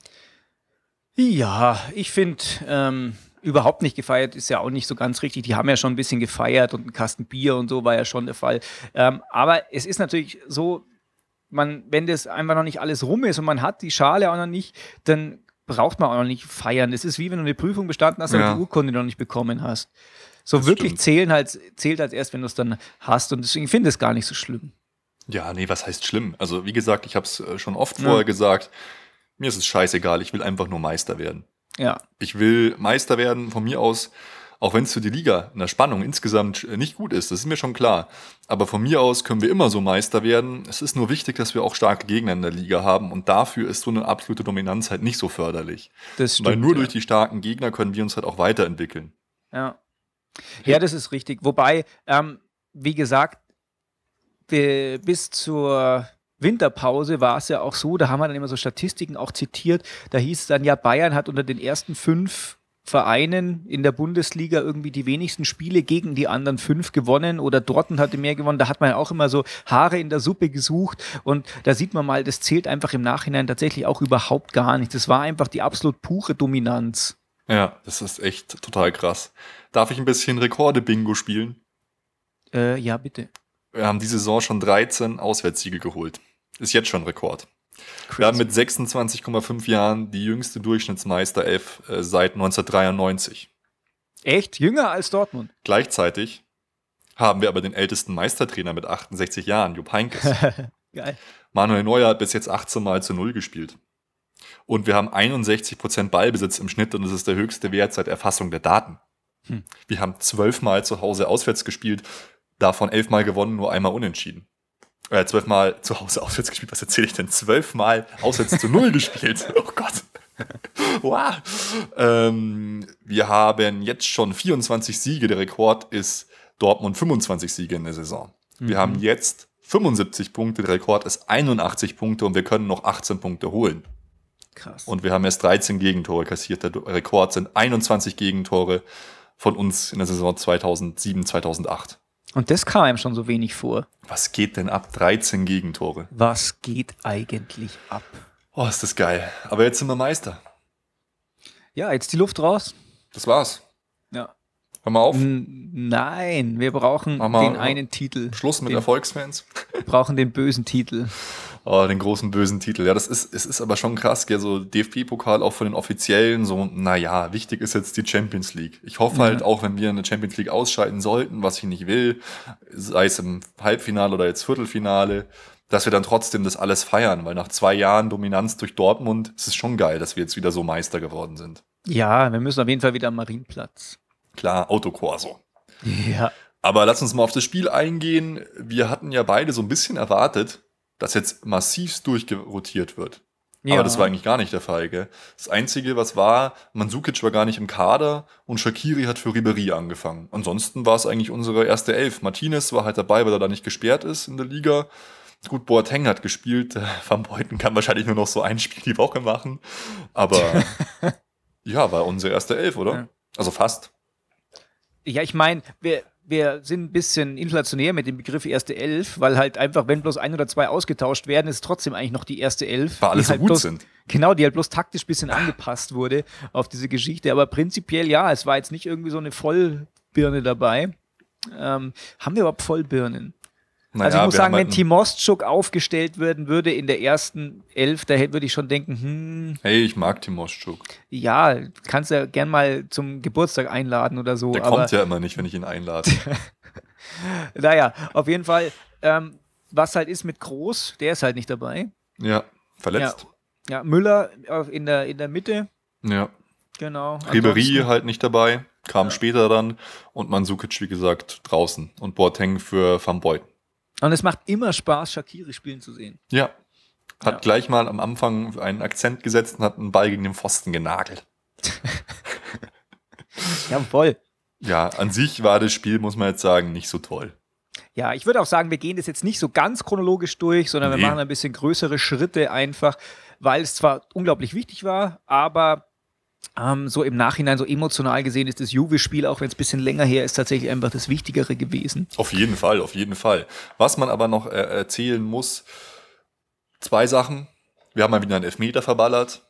Ja, ich finde, ähm, überhaupt nicht gefeiert ist ja auch nicht so ganz richtig. Die haben ja schon ein bisschen gefeiert und ein Kasten Bier und so war ja schon der Fall. Ähm, aber es ist natürlich so, man, wenn das einfach noch nicht alles rum ist und man hat die Schale auch noch nicht, dann braucht man auch noch nicht feiern. Es ist wie wenn du eine Prüfung bestanden hast, aber Ja. die Urkunde noch nicht bekommen hast. So Das wirklich stimmt. zählen halt, zählt halt erst, wenn du es dann hast. Und deswegen finde ich es gar nicht so schlimm. Ja, nee, was heißt schlimm? Also wie gesagt, ich habe es schon oft Ja. vorher gesagt, mir ist es scheißegal, ich will einfach nur Meister werden. Ja, Ich will Meister werden von mir aus, auch wenn es für die Liga in der Spannung insgesamt nicht gut ist, das ist mir schon klar. Aber von mir aus können wir immer so Meister werden. Es ist nur wichtig, dass wir auch starke Gegner in der Liga haben und dafür ist so eine absolute Dominanz halt nicht so förderlich. das stimmt. Weil nur ja. durch die starken Gegner können wir uns halt auch weiterentwickeln. Ja. Ja, das ist richtig. Wobei, ähm, wie gesagt, bi- bis zur Winterpause war es ja auch so, da haben wir dann immer so Statistiken auch zitiert, da hieß es dann ja, Bayern hat unter den ersten fünf Vereinen in der Bundesliga irgendwie die wenigsten Spiele gegen die anderen fünf gewonnen oder Dortmund hatte mehr gewonnen. Da hat man ja auch immer so Haare in der Suppe gesucht und da sieht man mal, das zählt einfach im Nachhinein tatsächlich auch überhaupt gar nicht. Das war einfach die absolut pure Dominanz. Ja, das ist echt total krass. Darf ich ein bisschen Rekorde-Bingo spielen? Äh, ja, bitte. Wir haben diese Saison schon dreizehn Auswärtssiege geholt. Ist jetzt schon Rekord. Wir haben mit sechsundzwanzig Komma fünf Jahren die jüngste Durchschnittsmeisterelf äh, seit neunzehnhundertdreiundneunzig. Echt? Jünger als Dortmund? Gleichzeitig haben wir aber den ältesten Meistertrainer mit achtundsechzig Jahren, Jupp Heynckes. Geil. Manuel Neuer hat bis jetzt achtzehn Mal zu Null gespielt. Und wir haben einundsechzig Prozent Ballbesitz im Schnitt und das ist der höchste Wert seit Erfassung der Daten. Hm. Wir haben zwölf Mal zu Hause auswärts gespielt, davon elf Mal gewonnen, nur einmal unentschieden. Äh, zwölf Mal zu Hause auswärts gespielt, was erzähle ich denn? Zwölf Mal auswärts zu Null gespielt. Oh Gott. Wow. Ähm, wir haben jetzt schon vierundzwanzig Siege. Der Rekord ist Dortmund fünfundzwanzig Siege in der Saison. Wir Mhm. haben jetzt fünfundsiebzig Punkte. Der Rekord ist einundachtzig Punkte und wir können noch achtzehn Punkte holen. Krass. Und wir haben erst dreizehn Gegentore kassiert. Der Rekord sind einundzwanzig Gegentore von uns in der Saison zweitausendsieben, zweitausendacht. Und das kam einem schon so wenig vor. Was geht denn ab? dreizehn Gegentore. Was geht eigentlich ab? Oh, ist das geil. Aber jetzt sind wir Meister. Ja, jetzt die Luft raus. Das war's. Ja. Hör mal auf. N nein, wir brauchen Mach mal, den ja. einen Titel. Schluss mit den, Erfolgsfans. Wir brauchen den bösen Titel. Oh, den großen bösen Titel. Ja, das ist, es ist aber schon krass, gell, so D F B-Pokal auch von den Offiziellen, so, naja, wichtig ist jetzt die Champions League. Ich hoffe Ja. halt auch, wenn wir in der Champions League ausscheiden sollten, was ich nicht will, sei es im Halbfinale oder jetzt Viertelfinale, dass wir dann trotzdem das alles feiern, weil nach zwei Jahren Dominanz durch Dortmund ist es schon geil, dass wir jetzt wieder so Meister geworden sind. Ja, wir müssen auf jeden Fall wieder am Marienplatz. Klar, Autokorso. Ja. Aber lass uns mal auf das Spiel eingehen. Wir hatten ja beide so ein bisschen erwartet, dass jetzt massivst durchgerotiert wird. ja. Aber das war eigentlich gar nicht der Fall, gell? Das Einzige, was war, Mandzukic war gar nicht im Kader und Shaqiri hat für Ribéry angefangen. Ansonsten war es eigentlich unsere erste Elf. Martinez war halt dabei, weil er da nicht gesperrt ist in der Liga. Gut, Boateng hat gespielt. Van Beuten kann wahrscheinlich nur noch so ein Spiel die Woche machen. Aber ja, war unsere erste Elf, oder? Ja. Also fast. Ja, ich meine, wir, wir sind ein bisschen inflationär mit dem Begriff erste Elf, weil halt einfach, wenn bloß ein oder zwei ausgetauscht werden, ist trotzdem eigentlich noch die erste Elf. Weil alle die so halt gut bloß, sind. Genau, die halt bloß taktisch ein bisschen angepasst wurde auf diese Geschichte. Aber prinzipiell ja, es war jetzt nicht irgendwie so eine Vollbirne dabei. Ähm, haben wir überhaupt Vollbirnen? Naja, also ich muss wir sagen, haben wenn halt Timostschuk aufgestellt werden würde in der ersten Elf, da hätte- würde ich schon denken, hm, Hey, ich mag Timostschuk. ja, kannst ja gern mal zum Geburtstag einladen oder so. Der aber kommt ja immer nicht, wenn ich ihn einlade. naja, auf jeden Fall, ähm, was halt ist mit Groß, der ist halt nicht dabei. Ja, verletzt. Ja, Müller auf- in der, in der Mitte, Ja. genau. Ribéry Ansonsten- halt nicht dabei, kam Ja. später dann. Und Mandzukic, wie gesagt, draußen. Und Boateng für Van Beuten. Und es macht immer Spaß, Shaqiri spielen zu sehen. Ja. Hat Ja. gleich mal am Anfang einen Akzent gesetzt und hat einen Ball gegen den Pfosten genagelt. Jawohl. Ja, an sich war das Spiel, muss man jetzt sagen, nicht so toll. Ja, ich würde auch sagen, wir gehen das jetzt nicht so ganz chronologisch durch, sondern Nee. wir machen ein bisschen größere Schritte einfach, weil es zwar unglaublich wichtig war, aber ähm, so im Nachhinein, so emotional gesehen, ist das Juve-Spiel, auch wenn es ein bisschen länger her ist, tatsächlich einfach das Wichtigere gewesen. Auf jeden Fall, auf jeden Fall. Was man aber noch äh, erzählen muss, zwei Sachen. Wir haben mal wieder einen Elfmeter verballert.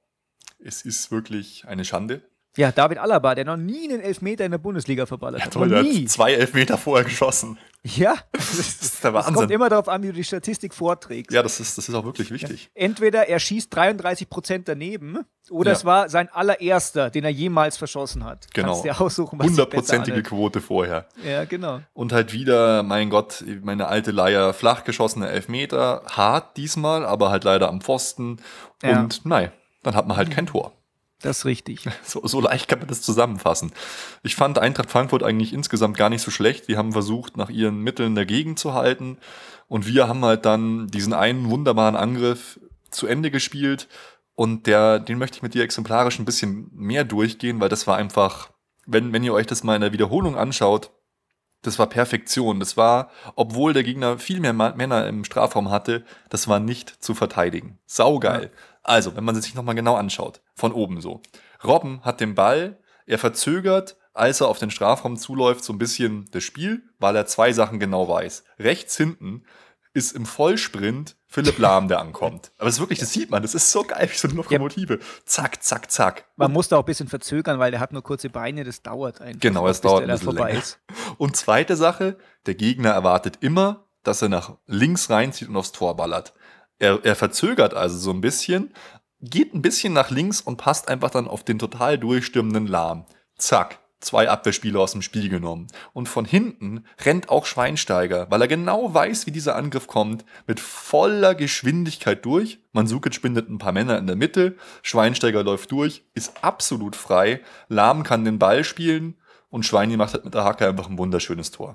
Es ist wirklich eine Schande. Ja, David Alaba, der noch nie einen Elfmeter in der Bundesliga verballert hat. Toll, Noch der nie. hat zwei Elfmeter vorher geschossen. Ja, das ist der Es kommt Wahnsinn. immer darauf an, wie du die Statistik vorträgst. Ja, das ist, das ist auch wirklich wichtig. Entweder er schießt dreiunddreißig Prozent daneben oder Ja. es war sein allererster, den er jemals verschossen hat. Genau. Kannst dir aussuchen, was sich Hundertprozentige besser Quote vorher. anhört. Ja, genau. Und halt wieder, mein Gott, meine alte Leier, flach geschossene Elfmeter. Hart diesmal, aber halt leider am Pfosten. Ja. Und nein, dann hat man halt kein Tor. Das ist richtig. So, so leicht kann man das zusammenfassen. Ich fand Eintracht Frankfurt eigentlich insgesamt gar nicht so schlecht. Die haben versucht, nach ihren Mitteln dagegen zu halten. Und wir haben halt dann diesen einen wunderbaren Angriff zu Ende gespielt. Und der, den möchte ich mit dir exemplarisch ein bisschen mehr durchgehen, weil das war einfach, wenn, wenn ihr euch das mal in der Wiederholung anschaut, das war Perfektion. Das war, obwohl der Gegner viel mehr Ma- Männer im Strafraum hatte, das war nicht zu verteidigen. Saugeil. Ja. Also, wenn man sich nochmal genau anschaut, von oben so. Robben hat den Ball, er verzögert, als er auf den Strafraum zuläuft, so ein bisschen das Spiel, weil er zwei Sachen genau weiß. Rechts hinten ist im Vollsprint Philipp Lahm, der ankommt. Aber das ist wirklich, das sieht man, das ist so geil, wie so eine Lokomotive. Zack, zack, zack. Man muss da auch ein bisschen verzögern, weil der hat nur kurze Beine, das dauert einfach. Genau, es bis dauert der ein da bisschen vorbei länger. ist. Und zweite Sache, der Gegner erwartet immer, dass er nach links reinzieht und aufs Tor ballert. Er, er verzögert also so ein bisschen, geht ein bisschen nach links und passt einfach dann auf den total durchstürmenden Lahm. Zack, zwei Abwehrspieler aus dem Spiel genommen. Und von hinten rennt auch Schweinsteiger, weil er genau weiß, wie dieser Angriff kommt, mit voller Geschwindigkeit durch. Mandzukic bindet ein paar Männer in der Mitte, Schweinsteiger läuft durch, ist absolut frei, Lahm kann den Ball spielen und Schweini macht halt mit der Hacke einfach ein wunderschönes Tor.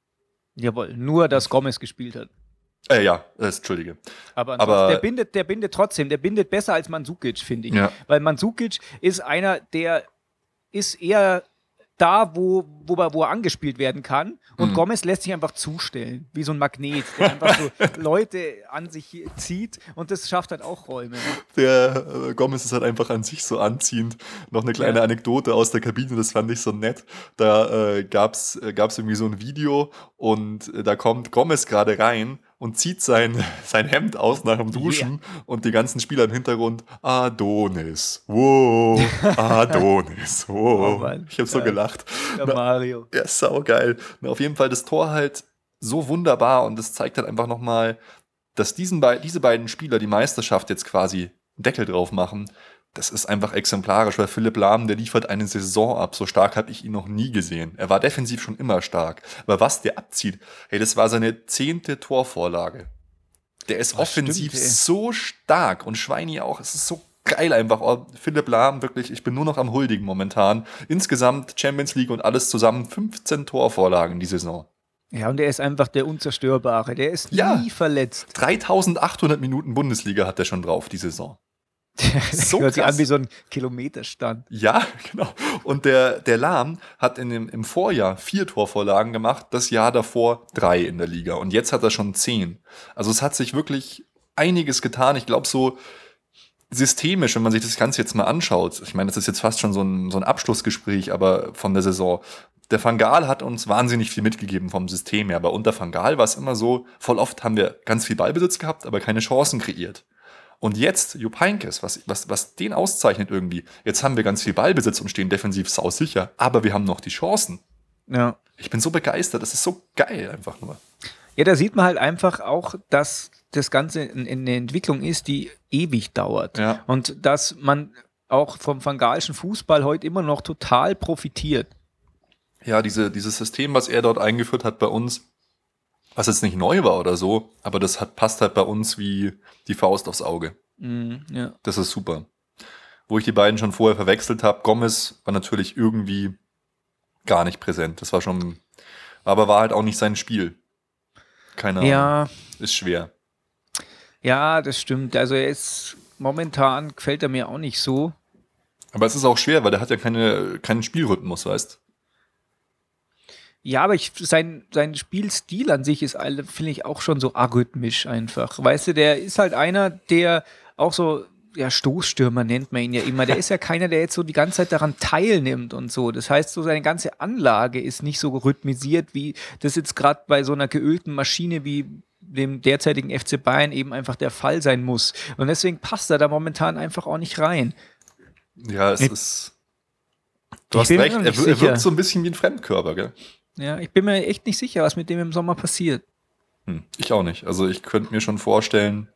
Jawohl, nur dass Gomez gespielt hat. Äh, ja, äh, Entschuldige. Aber, Aber- ansonsten, der bindet, der bindet trotzdem, der bindet besser als Mandzukic, finde ich. Ja. Weil Mandzukic ist einer, der ist eher da, wo, wo, er- wo er angespielt werden kann. Und Mhm. Gomez lässt sich einfach zustellen, wie so ein Magnet, der einfach so Leute an sich zieht und das schafft halt auch Räume. Der äh, Gomez ist halt einfach an sich so anziehend. Noch eine kleine Ja. Anekdote aus der Kabine, das fand ich so nett. Da äh, gab's äh, gab's irgendwie so ein Video und äh, da kommt Gomez gerade rein und zieht sein, sein Hemd aus nach dem Duschen und die ganzen Spieler im Hintergrund, Adonis, wow, Adonis, wow. Oh Mann, Ich habe so geil. gelacht. Der Na, Mario. ja, saugeil. Na, auf jeden Fall das Tor halt so wunderbar und das zeigt halt einfach nochmal, dass diesen Be- diese beiden Spieler die Meisterschaft jetzt quasi Deckel drauf machen. Das ist einfach exemplarisch, weil Philipp Lahm, der liefert eine Saison ab. So stark habe ich ihn noch nie gesehen. Er war defensiv schon immer stark. Aber was der abzieht, hey, das war seine zehnte Torvorlage. Der ist Das offensiv stimmt, ey. so stark und Schweini auch. Es ist so geil einfach. Oh, Philipp Lahm, wirklich, ich bin nur noch am Huldigen momentan. Insgesamt Champions League und alles zusammen fünfzehn Torvorlagen die Saison. Ja, und der ist einfach der Unzerstörbare. Der ist Ja. nie verletzt. dreitausendachthundert Minuten Bundesliga hat er schon drauf, die Saison. So Hört sich krass. an wie so ein Kilometerstand. Ja, genau. Und der, der Lahm hat in dem, im Vorjahr vier Torvorlagen gemacht, das Jahr davor drei in der Liga. Und jetzt hat er schon zehn. Also es hat sich wirklich einiges getan. Ich glaube, so systemisch, wenn man sich das Ganze jetzt mal anschaut, ich meine, das ist jetzt fast schon so ein, so ein Abschlussgespräch, aber von der Saison. Der Van Gaal hat uns wahnsinnig viel mitgegeben vom System her, aber unter Van Gaal war es immer so, voll oft haben wir ganz viel Ballbesitz gehabt, aber keine Chancen kreiert. Und jetzt, Jupp Heynckes, was, was, was den auszeichnet irgendwie, jetzt haben wir ganz viel Ballbesitz und stehen defensiv sausicher, aber wir haben noch die Chancen. Ja. Ich bin so begeistert, das ist so geil einfach nur. Ja, da sieht man halt einfach auch, dass das Ganze in- in eine Entwicklung ist, die ewig dauert. Ja. Und dass man auch vom Van Gaalschen Fußball heute immer noch total profitiert. Ja, diese, dieses System, was er dort eingeführt hat bei uns, was jetzt nicht neu war oder so, aber das hat, passt halt bei uns wie die Faust aufs Auge. Mhm, ja. Das ist super. Wo ich die beiden schon vorher verwechselt habe, Gomez war natürlich irgendwie gar nicht präsent. Das war schon, aber war halt auch nicht sein Spiel. Keine Ahnung. Ja, Ist schwer. ja, das stimmt. Also er ist momentan gefällt er mir auch nicht so. Aber es ist auch schwer, weil der hat ja keine, keinen Spielrhythmus, weißt? Ja, aber ich, sein, sein Spielstil an sich ist, alle- finde ich, auch schon so arrhythmisch einfach. Weißt du, der ist halt einer, der auch so, ja, Stoßstürmer nennt man ihn ja immer. Der ist ja keiner, der jetzt so die ganze Zeit daran teilnimmt und so. Das heißt, so seine ganze Anlage ist nicht so rhythmisiert, wie das jetzt gerade bei so einer geölten Maschine wie dem derzeitigen F C Bayern eben einfach der Fall sein muss. Und deswegen passt er da momentan einfach auch nicht rein. Ja, es Ich- ist. Du Ich hast bin mir recht, noch er, nicht wir- er sicher. wirkt so ein bisschen wie ein Fremdkörper, gell? Ja, ich bin mir echt nicht sicher, was mit dem im Sommer passiert. Hm, ich auch nicht. Also ich könnte mir schon vorstellen,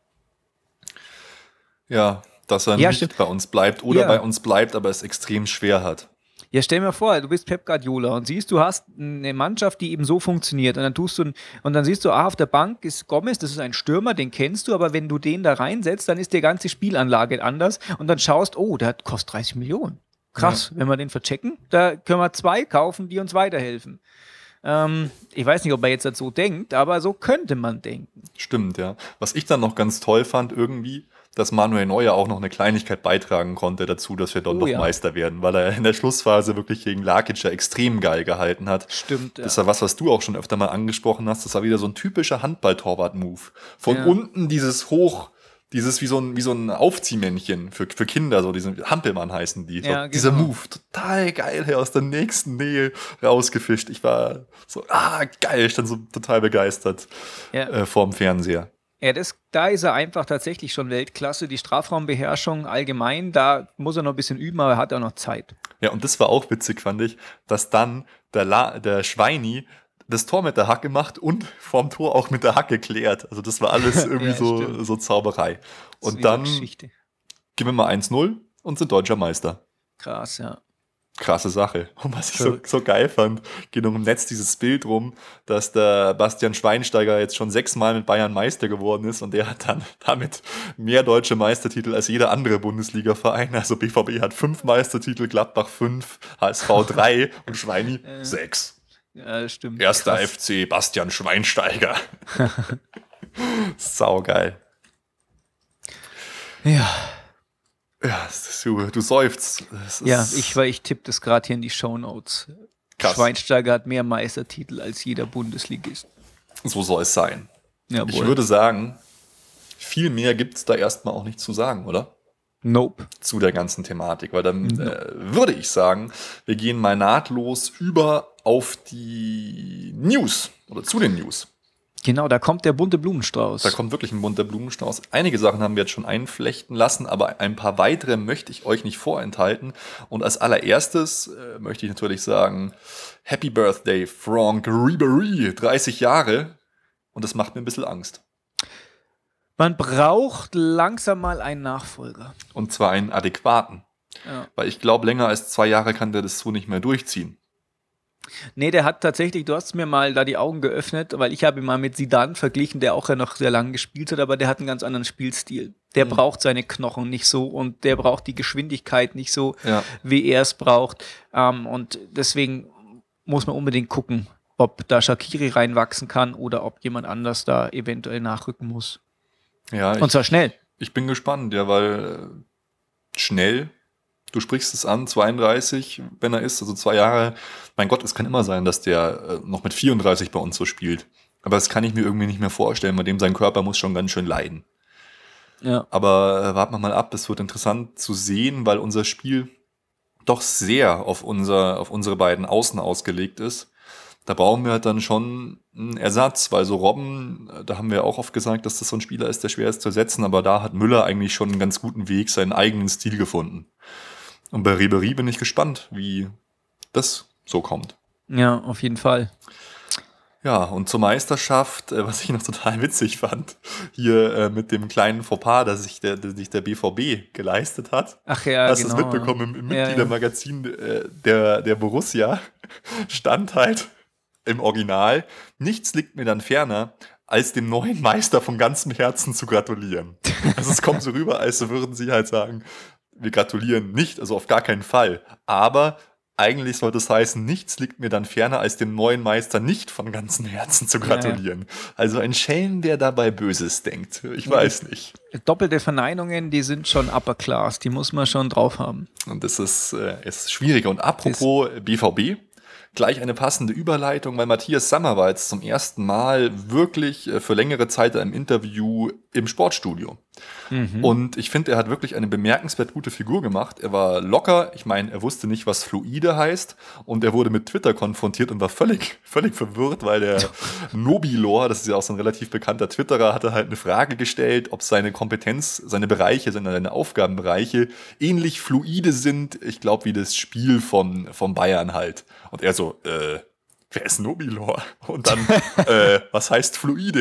ja, dass er Ja, nicht stimmt. bei uns bleibt oder Ja. bei uns bleibt, aber es extrem schwer hat. Ja, stell mir vor, du bist Pep Guardiola und siehst, du hast eine Mannschaft, die eben so funktioniert und dann tust du und dann siehst du, ah, auf der Bank ist Gomez, das ist ein Stürmer, den kennst du, aber wenn du den da reinsetzt, dann ist die ganze Spielanlage anders und dann schaust, oh, der hat- kostet dreißig Millionen. Krass, wenn wir den verchecken, da können wir zwei kaufen, die uns weiterhelfen. Ähm, ich weiß nicht, ob er jetzt das so denkt, aber so könnte man denken. Stimmt, ja. Was ich dann noch ganz toll fand, irgendwie, dass Manuel Neuer auch noch eine Kleinigkeit beitragen konnte dazu, dass wir dort Oh noch ja. Meister werden, weil er in der Schlussphase wirklich gegen Lakic ja extrem geil gehalten hat. Stimmt, ja. Das war was, was du auch schon öfter mal angesprochen hast. Das war wieder so ein typischer Handball-Torwart-Move. Von Ja. unten dieses Hoch, dieses wie so ein, wie so ein Aufziehmännchen für, für Kinder, so diese Hampelmann heißen die. So, Ja, genau. Dieser Move, total geil, her aus der nächsten Nähe rausgefischt. Ich war so, ah, geil, ich stand so total begeistert Ja. äh, vorm Fernseher. Ja, das, da ist er einfach tatsächlich schon Weltklasse. Die Strafraumbeherrschung allgemein, da muss er noch ein bisschen üben, aber er hat auch noch Zeit. Ja, und das war auch witzig, fand ich, dass dann der, La der Schweini das Tor mit der Hacke macht und vorm Tor auch mit der Hacke klärt. Also das war alles irgendwie Ja, so, stimmt. so Zauberei. Das ist Und wieder dann Geschichte. gehen wir mal eins null und sind deutscher Meister. Krass, ja. Krasse Sache. Und was ich so, Verrückt. so geil fand, geht noch im Netz dieses Bild rum, dass der Bastian Schweinsteiger jetzt schon sechsmal mit Bayern Meister geworden ist und der hat dann damit mehr deutsche Meistertitel als jeder andere Bundesliga-Verein. Also B V B hat fünf Meistertitel, Gladbach fünf, H S V drei und Schweini sechs. Ja, das stimmt. Erster Krass. F C Bastian Schweinsteiger. Saugeil. Ja, Ja, das ist, du, du seufzt. Das ist ja ich, weil ich tippe das gerade hier in die Shownotes. Krass. Schweinsteiger hat mehr Meistertitel als jeder Bundesligist. So soll es sein. Jawohl. Ich würde sagen, viel mehr gibt es da erstmal auch nicht zu sagen, oder? Nope. Zu der ganzen Thematik, weil dann äh, würde ich sagen, wir gehen mal nahtlos über auf die News oder zu den News. Genau, da kommt der bunte Blumenstrauß. Da kommt wirklich ein bunter Blumenstrauß. Einige Sachen haben wir jetzt schon einflechten lassen, aber ein paar weitere möchte ich euch nicht vorenthalten. Und als allererstes äh, möchte ich natürlich sagen, Happy Birthday, Franck Ribéry, dreißig Jahre. Und das macht mir ein bisschen Angst. Man braucht langsam mal einen Nachfolger. Und zwar einen adäquaten. Ja. Weil ich glaube, länger als zwei Jahre kann der das so nicht mehr durchziehen. Nee, der hat tatsächlich, du hast mir mal da die Augen geöffnet, weil ich habe ihn mal mit Zidane verglichen, der auch ja noch sehr lange gespielt hat, aber der hat einen ganz anderen Spielstil. Der Mhm. braucht seine Knochen nicht so und der braucht die Geschwindigkeit nicht so, Ja. wie er es braucht. Ähm, und deswegen muss man unbedingt gucken, ob da Shaqiri reinwachsen kann oder ob jemand anders da eventuell nachrücken muss. Ja, Und ich, zwar schnell. ich bin gespannt, ja, weil äh, schnell, du sprichst es an, zweiunddreißig, wenn er ist, also zwei Jahre. Mein Gott, es kann immer sein, dass der äh, noch mit vierunddreißig bei uns so spielt. Aber das kann ich mir irgendwie nicht mehr vorstellen, bei dem sein Körper muss schon ganz schön leiden. Ja. Aber äh, warten wir mal ab, es wird interessant zu sehen, weil unser Spiel doch sehr auf, unser, auf unsere beiden Außen ausgelegt ist. Da brauchen wir halt dann schon einen Ersatz, weil so Robben, äh, da haben wir auch oft gesagt, dass das so ein Spieler ist, der schwer ist zu ersetzen, aber da hat Müller eigentlich schon einen ganz guten Weg, seinen eigenen Stil gefunden. Und bei Ribéry bin ich gespannt, wie das so kommt. Ja, auf jeden Fall. Ja, und zur Meisterschaft, äh, was ich noch total witzig fand, hier äh, mit dem kleinen Fauxpas, das sich der, der, sich der B V B geleistet hat. Ach ja, Hast du genau. es mitbekommen? Im, im Ja, ja. Mitgliedermagazin äh, der, der Borussia stand halt im Original, nichts liegt mir dann ferner, als dem neuen Meister von ganzem Herzen zu gratulieren. Also es kommt so rüber, als würden sie halt sagen, wir gratulieren nicht, also auf gar keinen Fall. Aber eigentlich sollte es heißen, nichts liegt mir dann ferner, als dem neuen Meister nicht von ganzem Herzen zu gratulieren. Ja, ja. Also ein Schelm, der dabei Böses denkt. Ich ja, weiß nicht. Doppelte Verneinungen, die sind schon upper class. Die muss man schon drauf haben. Und das ist, äh, ist schwieriger. Und apropos B V B, gleich eine passende Überleitung, weil Matthias Sammer war jetzt zum ersten Mal wirklich für längere Zeit im Interview im Sportstudio. Mhm. Und ich finde, er hat wirklich eine bemerkenswert gute Figur gemacht. Er war locker, ich meine, er wusste nicht, was Fluide heißt und er wurde mit Twitter konfrontiert und war völlig, völlig verwirrt, weil der Nobilor, das ist ja auch so ein relativ bekannter Twitterer, hatte halt eine Frage gestellt, ob seine Kompetenz, seine Bereiche, seine, seine Aufgabenbereiche ähnlich fluide sind, ich glaube, wie das Spiel von, von Bayern halt. Und er so, äh, wer ist Nobilor? Und dann, äh, was heißt fluide?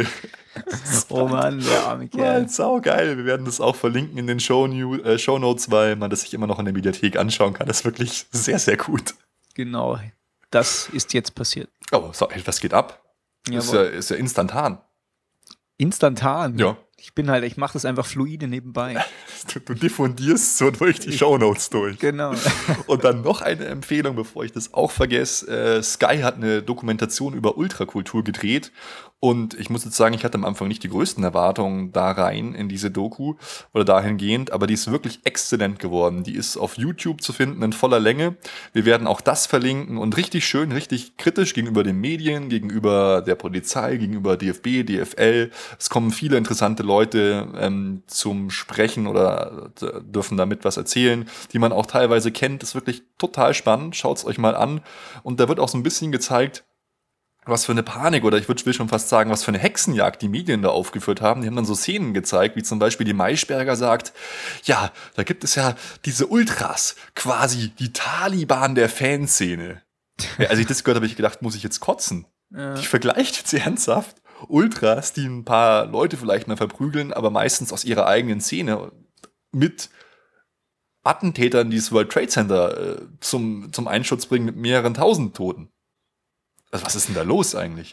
Oh Mann, der arme Kerl. Saugeil. Wir werden das auch verlinken in den Show äh, Shownotes, weil man das sich immer noch in der Mediathek anschauen kann. Das ist wirklich sehr, sehr gut. Genau. Das ist jetzt passiert. Oh, so, was geht ab? Ist ja, ist ja instantan. Instantan? Ja. Ich bin halt, ich mache das einfach fluide nebenbei. Du, du diffundierst so durch die Shownotes durch. Genau. Und dann noch eine Empfehlung, bevor ich das auch vergesse. Äh, Sky hat eine Dokumentation über Ultrakultur gedreht. Und ich muss jetzt sagen, ich hatte am Anfang nicht die größten Erwartungen da rein in diese Doku oder dahingehend, aber die ist wirklich exzellent geworden. Die ist auf YouTube zu finden in voller Länge. Wir werden auch das verlinken und richtig schön, richtig kritisch gegenüber den Medien, gegenüber der Polizei, gegenüber D F B, D F L. Es kommen viele interessante Leute ähm, zum Sprechen oder äh, dürfen damit was erzählen, die man auch teilweise kennt. Das ist wirklich total spannend. Schaut's euch mal an. Und da wird auch so ein bisschen gezeigt, was für eine Panik oder ich würde schon fast sagen, was für eine Hexenjagd die Medien da aufgeführt haben. Die haben dann so Szenen gezeigt, wie zum Beispiel die Maischberger sagt, ja, da gibt es ja diese Ultras, quasi die Taliban der Fanszene. Ja, als ich das gehört habe, habe ich gedacht, muss ich jetzt kotzen? Ja. Ich vergleiche jetzt ernsthaft Ultras, die ein paar Leute vielleicht mal verprügeln, aber meistens aus ihrer eigenen Szene mit Attentätern, die das World Trade Center äh, zum, zum Einschutz bringen mit mehreren tausend Toten. Also was ist denn da los eigentlich?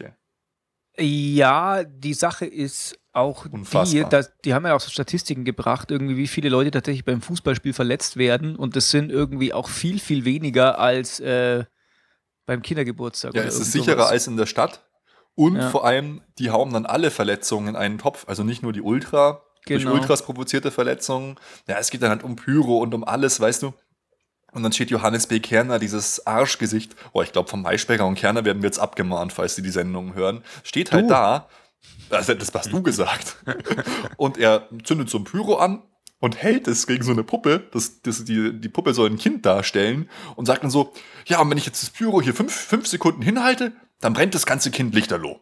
Ey? Ja, die Sache ist auch Unfassbar. die, dass, die haben ja auch so Statistiken gebracht, irgendwie wie viele Leute tatsächlich beim Fußballspiel verletzt werden und das sind irgendwie auch viel, viel weniger als äh, beim Kindergeburtstag. Ja, es ist sicherer sowas. Als in der Stadt und ja. vor allem, die hauen dann alle Verletzungen in einen Topf, also nicht nur die Ultra, genau. durch Ultras provozierte Verletzungen, ja, es geht dann halt um Pyro und um alles, weißt du. Und dann steht Johannes B. Kerner, dieses Arschgesicht, oh, ich glaube, vom Maischberger und Kerner werden wir jetzt abgemahnt, falls sie die Sendung hören, steht halt du. da, also das hast du gesagt, und er zündet so ein Pyro an und hält es gegen so eine Puppe, das, das, die, die Puppe soll ein Kind darstellen und sagt dann so, ja, und wenn ich jetzt das Pyro hier fünf, fünf Sekunden hinhalte, dann brennt das ganze Kind lichterloh.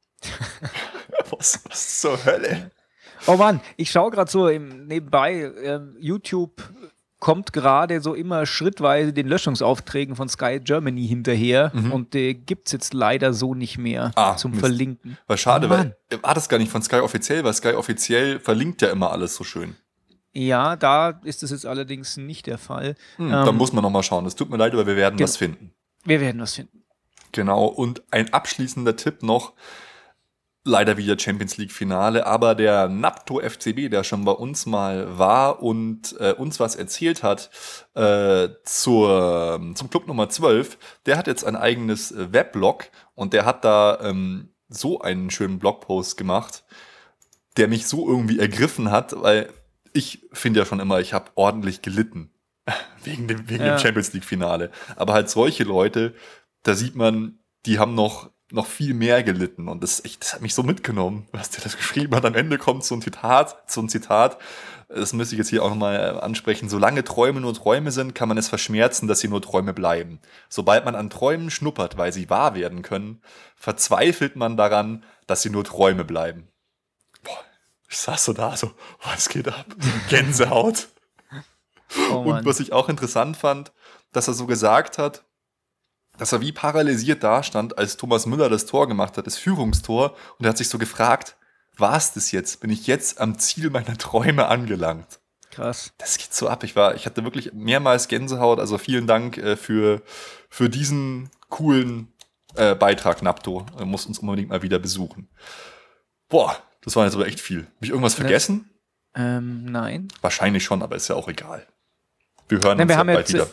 was, was zur Hölle? Oh Mann, ich schaue gerade so im, nebenbei äh, YouTube kommt gerade so immer schrittweise den Löschungsaufträgen von Sky Germany hinterher mhm. und äh, gibt es jetzt leider so nicht mehr ah, zum Mist. Verlinken. War schade, oh, weil war das gar nicht von Sky offiziell, weil Sky offiziell verlinkt ja immer alles so schön. Ja, da ist das jetzt allerdings nicht der Fall. Hm, ähm, da muss man nochmal schauen. Es tut mir leid, aber wir werden ge- was finden. Wir werden was finden. Genau, und ein abschließender Tipp noch, leider wieder Champions League Finale, aber der Napto F C B, der schon bei uns mal war und äh, uns was erzählt hat äh, zur, zum Club Nummer zwölf, der hat jetzt ein eigenes äh, Weblog und der hat da ähm, so einen schönen Blogpost gemacht, der mich so irgendwie ergriffen hat, weil ich finde ja schon immer, ich habe ordentlich gelitten wegen dem, wegen ja. dem Champions League Finale. Aber halt solche Leute, da sieht man, die haben noch noch viel mehr gelitten und das, ich, das hat mich so mitgenommen, was der das geschrieben hat. Am Ende kommt so ein Zitat, so ein Zitat, das müsste ich jetzt hier auch nochmal ansprechen. Solange Träume nur Träume sind, kann man es verschmerzen, dass sie nur Träume bleiben. Sobald man an Träumen schnuppert, weil sie wahr werden können, verzweifelt man daran, dass sie nur Träume bleiben. Boah, ich saß so da, so, was geht ab? Gänsehaut. Oh, und was ich auch interessant fand, dass er so gesagt hat, dass er wie paralysiert dastand, als Thomas Müller das Tor gemacht hat, das Führungstor. Und er hat sich so gefragt, war es das jetzt? Bin ich jetzt am Ziel meiner Träume angelangt? Krass. Das geht so ab. Ich war, ich hatte wirklich mehrmals Gänsehaut. Also vielen Dank äh, für, für diesen coolen äh, Beitrag, Napto. Er muss uns unbedingt mal wieder besuchen. Boah, das war jetzt aber echt viel. Hab ich irgendwas vergessen? Ähm, nein. Wahrscheinlich schon, aber ist ja auch egal. Wir hören nein, uns wir ja haben bald jetzt, wieder.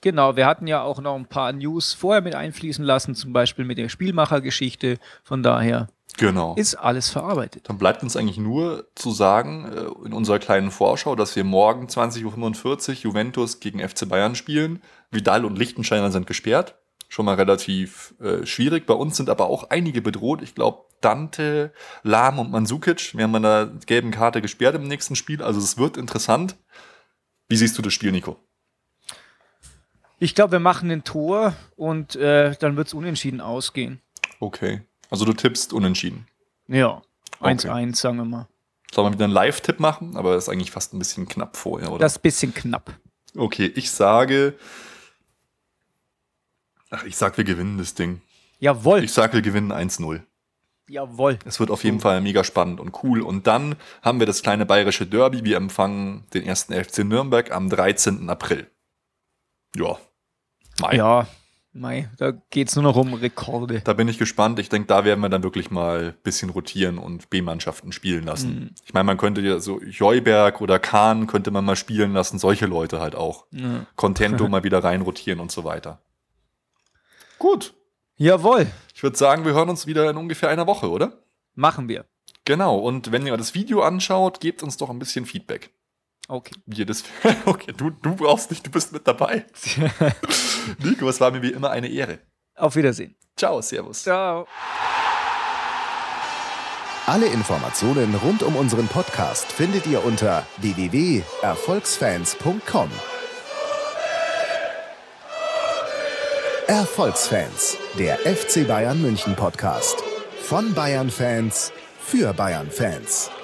Genau, wir hatten ja auch noch ein paar News vorher mit einfließen lassen, zum Beispiel mit der Spielmachergeschichte. Von daher Genau. ist alles verarbeitet. Dann bleibt uns eigentlich nur zu sagen, in unserer kleinen Vorschau, dass wir morgen zwanzig Uhr fünfundvierzig Juventus gegen F C Bayern spielen. Vidal und Lichtsteiner sind gesperrt. Schon mal relativ äh, schwierig. Bei uns sind aber auch einige bedroht. Ich glaube, Dante, Lahm und Mandzukic werden mit einer gelben Karte gesperrt im nächsten Spiel. Also es wird interessant. Wie siehst du das Spiel, Nico? Ich glaube, wir machen ein Tor und äh, dann wird es unentschieden ausgehen. Okay. Also du tippst unentschieden. Ja, eins Okay. eins, sagen wir mal. Sollen wir wieder einen Live-Tipp machen? Aber das ist eigentlich fast ein bisschen knapp vorher, oder? Das ist ein bisschen knapp. Okay, ich sage... Ach, ich sag, wir gewinnen das Ding. Jawohl, Ich sag, wir gewinnen eins null. jawohl. Es wird auf jeden Fall mega spannend und cool. Und dann haben wir das kleine bayerische Derby. Wir empfangen den ersten F C Nürnberg am dreizehnten April. Ja. Mai. Ja, Mai, da geht es nur noch um Rekorde. Da bin ich gespannt. Ich denke, da werden wir dann wirklich mal ein bisschen rotieren und B-Mannschaften spielen lassen. Mhm. Ich meine, man könnte ja so Joyberg oder Kahn könnte man mal spielen lassen. Solche Leute halt auch. Ja. Contento mal wieder reinrotieren und so weiter. Gut. Jawohl, Ich würde sagen, wir hören uns wieder in ungefähr einer Woche, oder? machen wir. Genau. Und wenn ihr das Video anschaut, gebt uns doch ein bisschen Feedback. Okay. Wie ihr das okay, du, du brauchst nicht, du bist mit dabei. Nico, es war mir wie immer eine Ehre. Auf Wiedersehen. Ciao, servus. Ciao. Alle Informationen rund um unseren Podcast findet ihr unter w w w punkt erfolgsfans punkt com. Erfolgsfans, der F C Bayern München Podcast. Von Bayern Fans für Bayern Fans.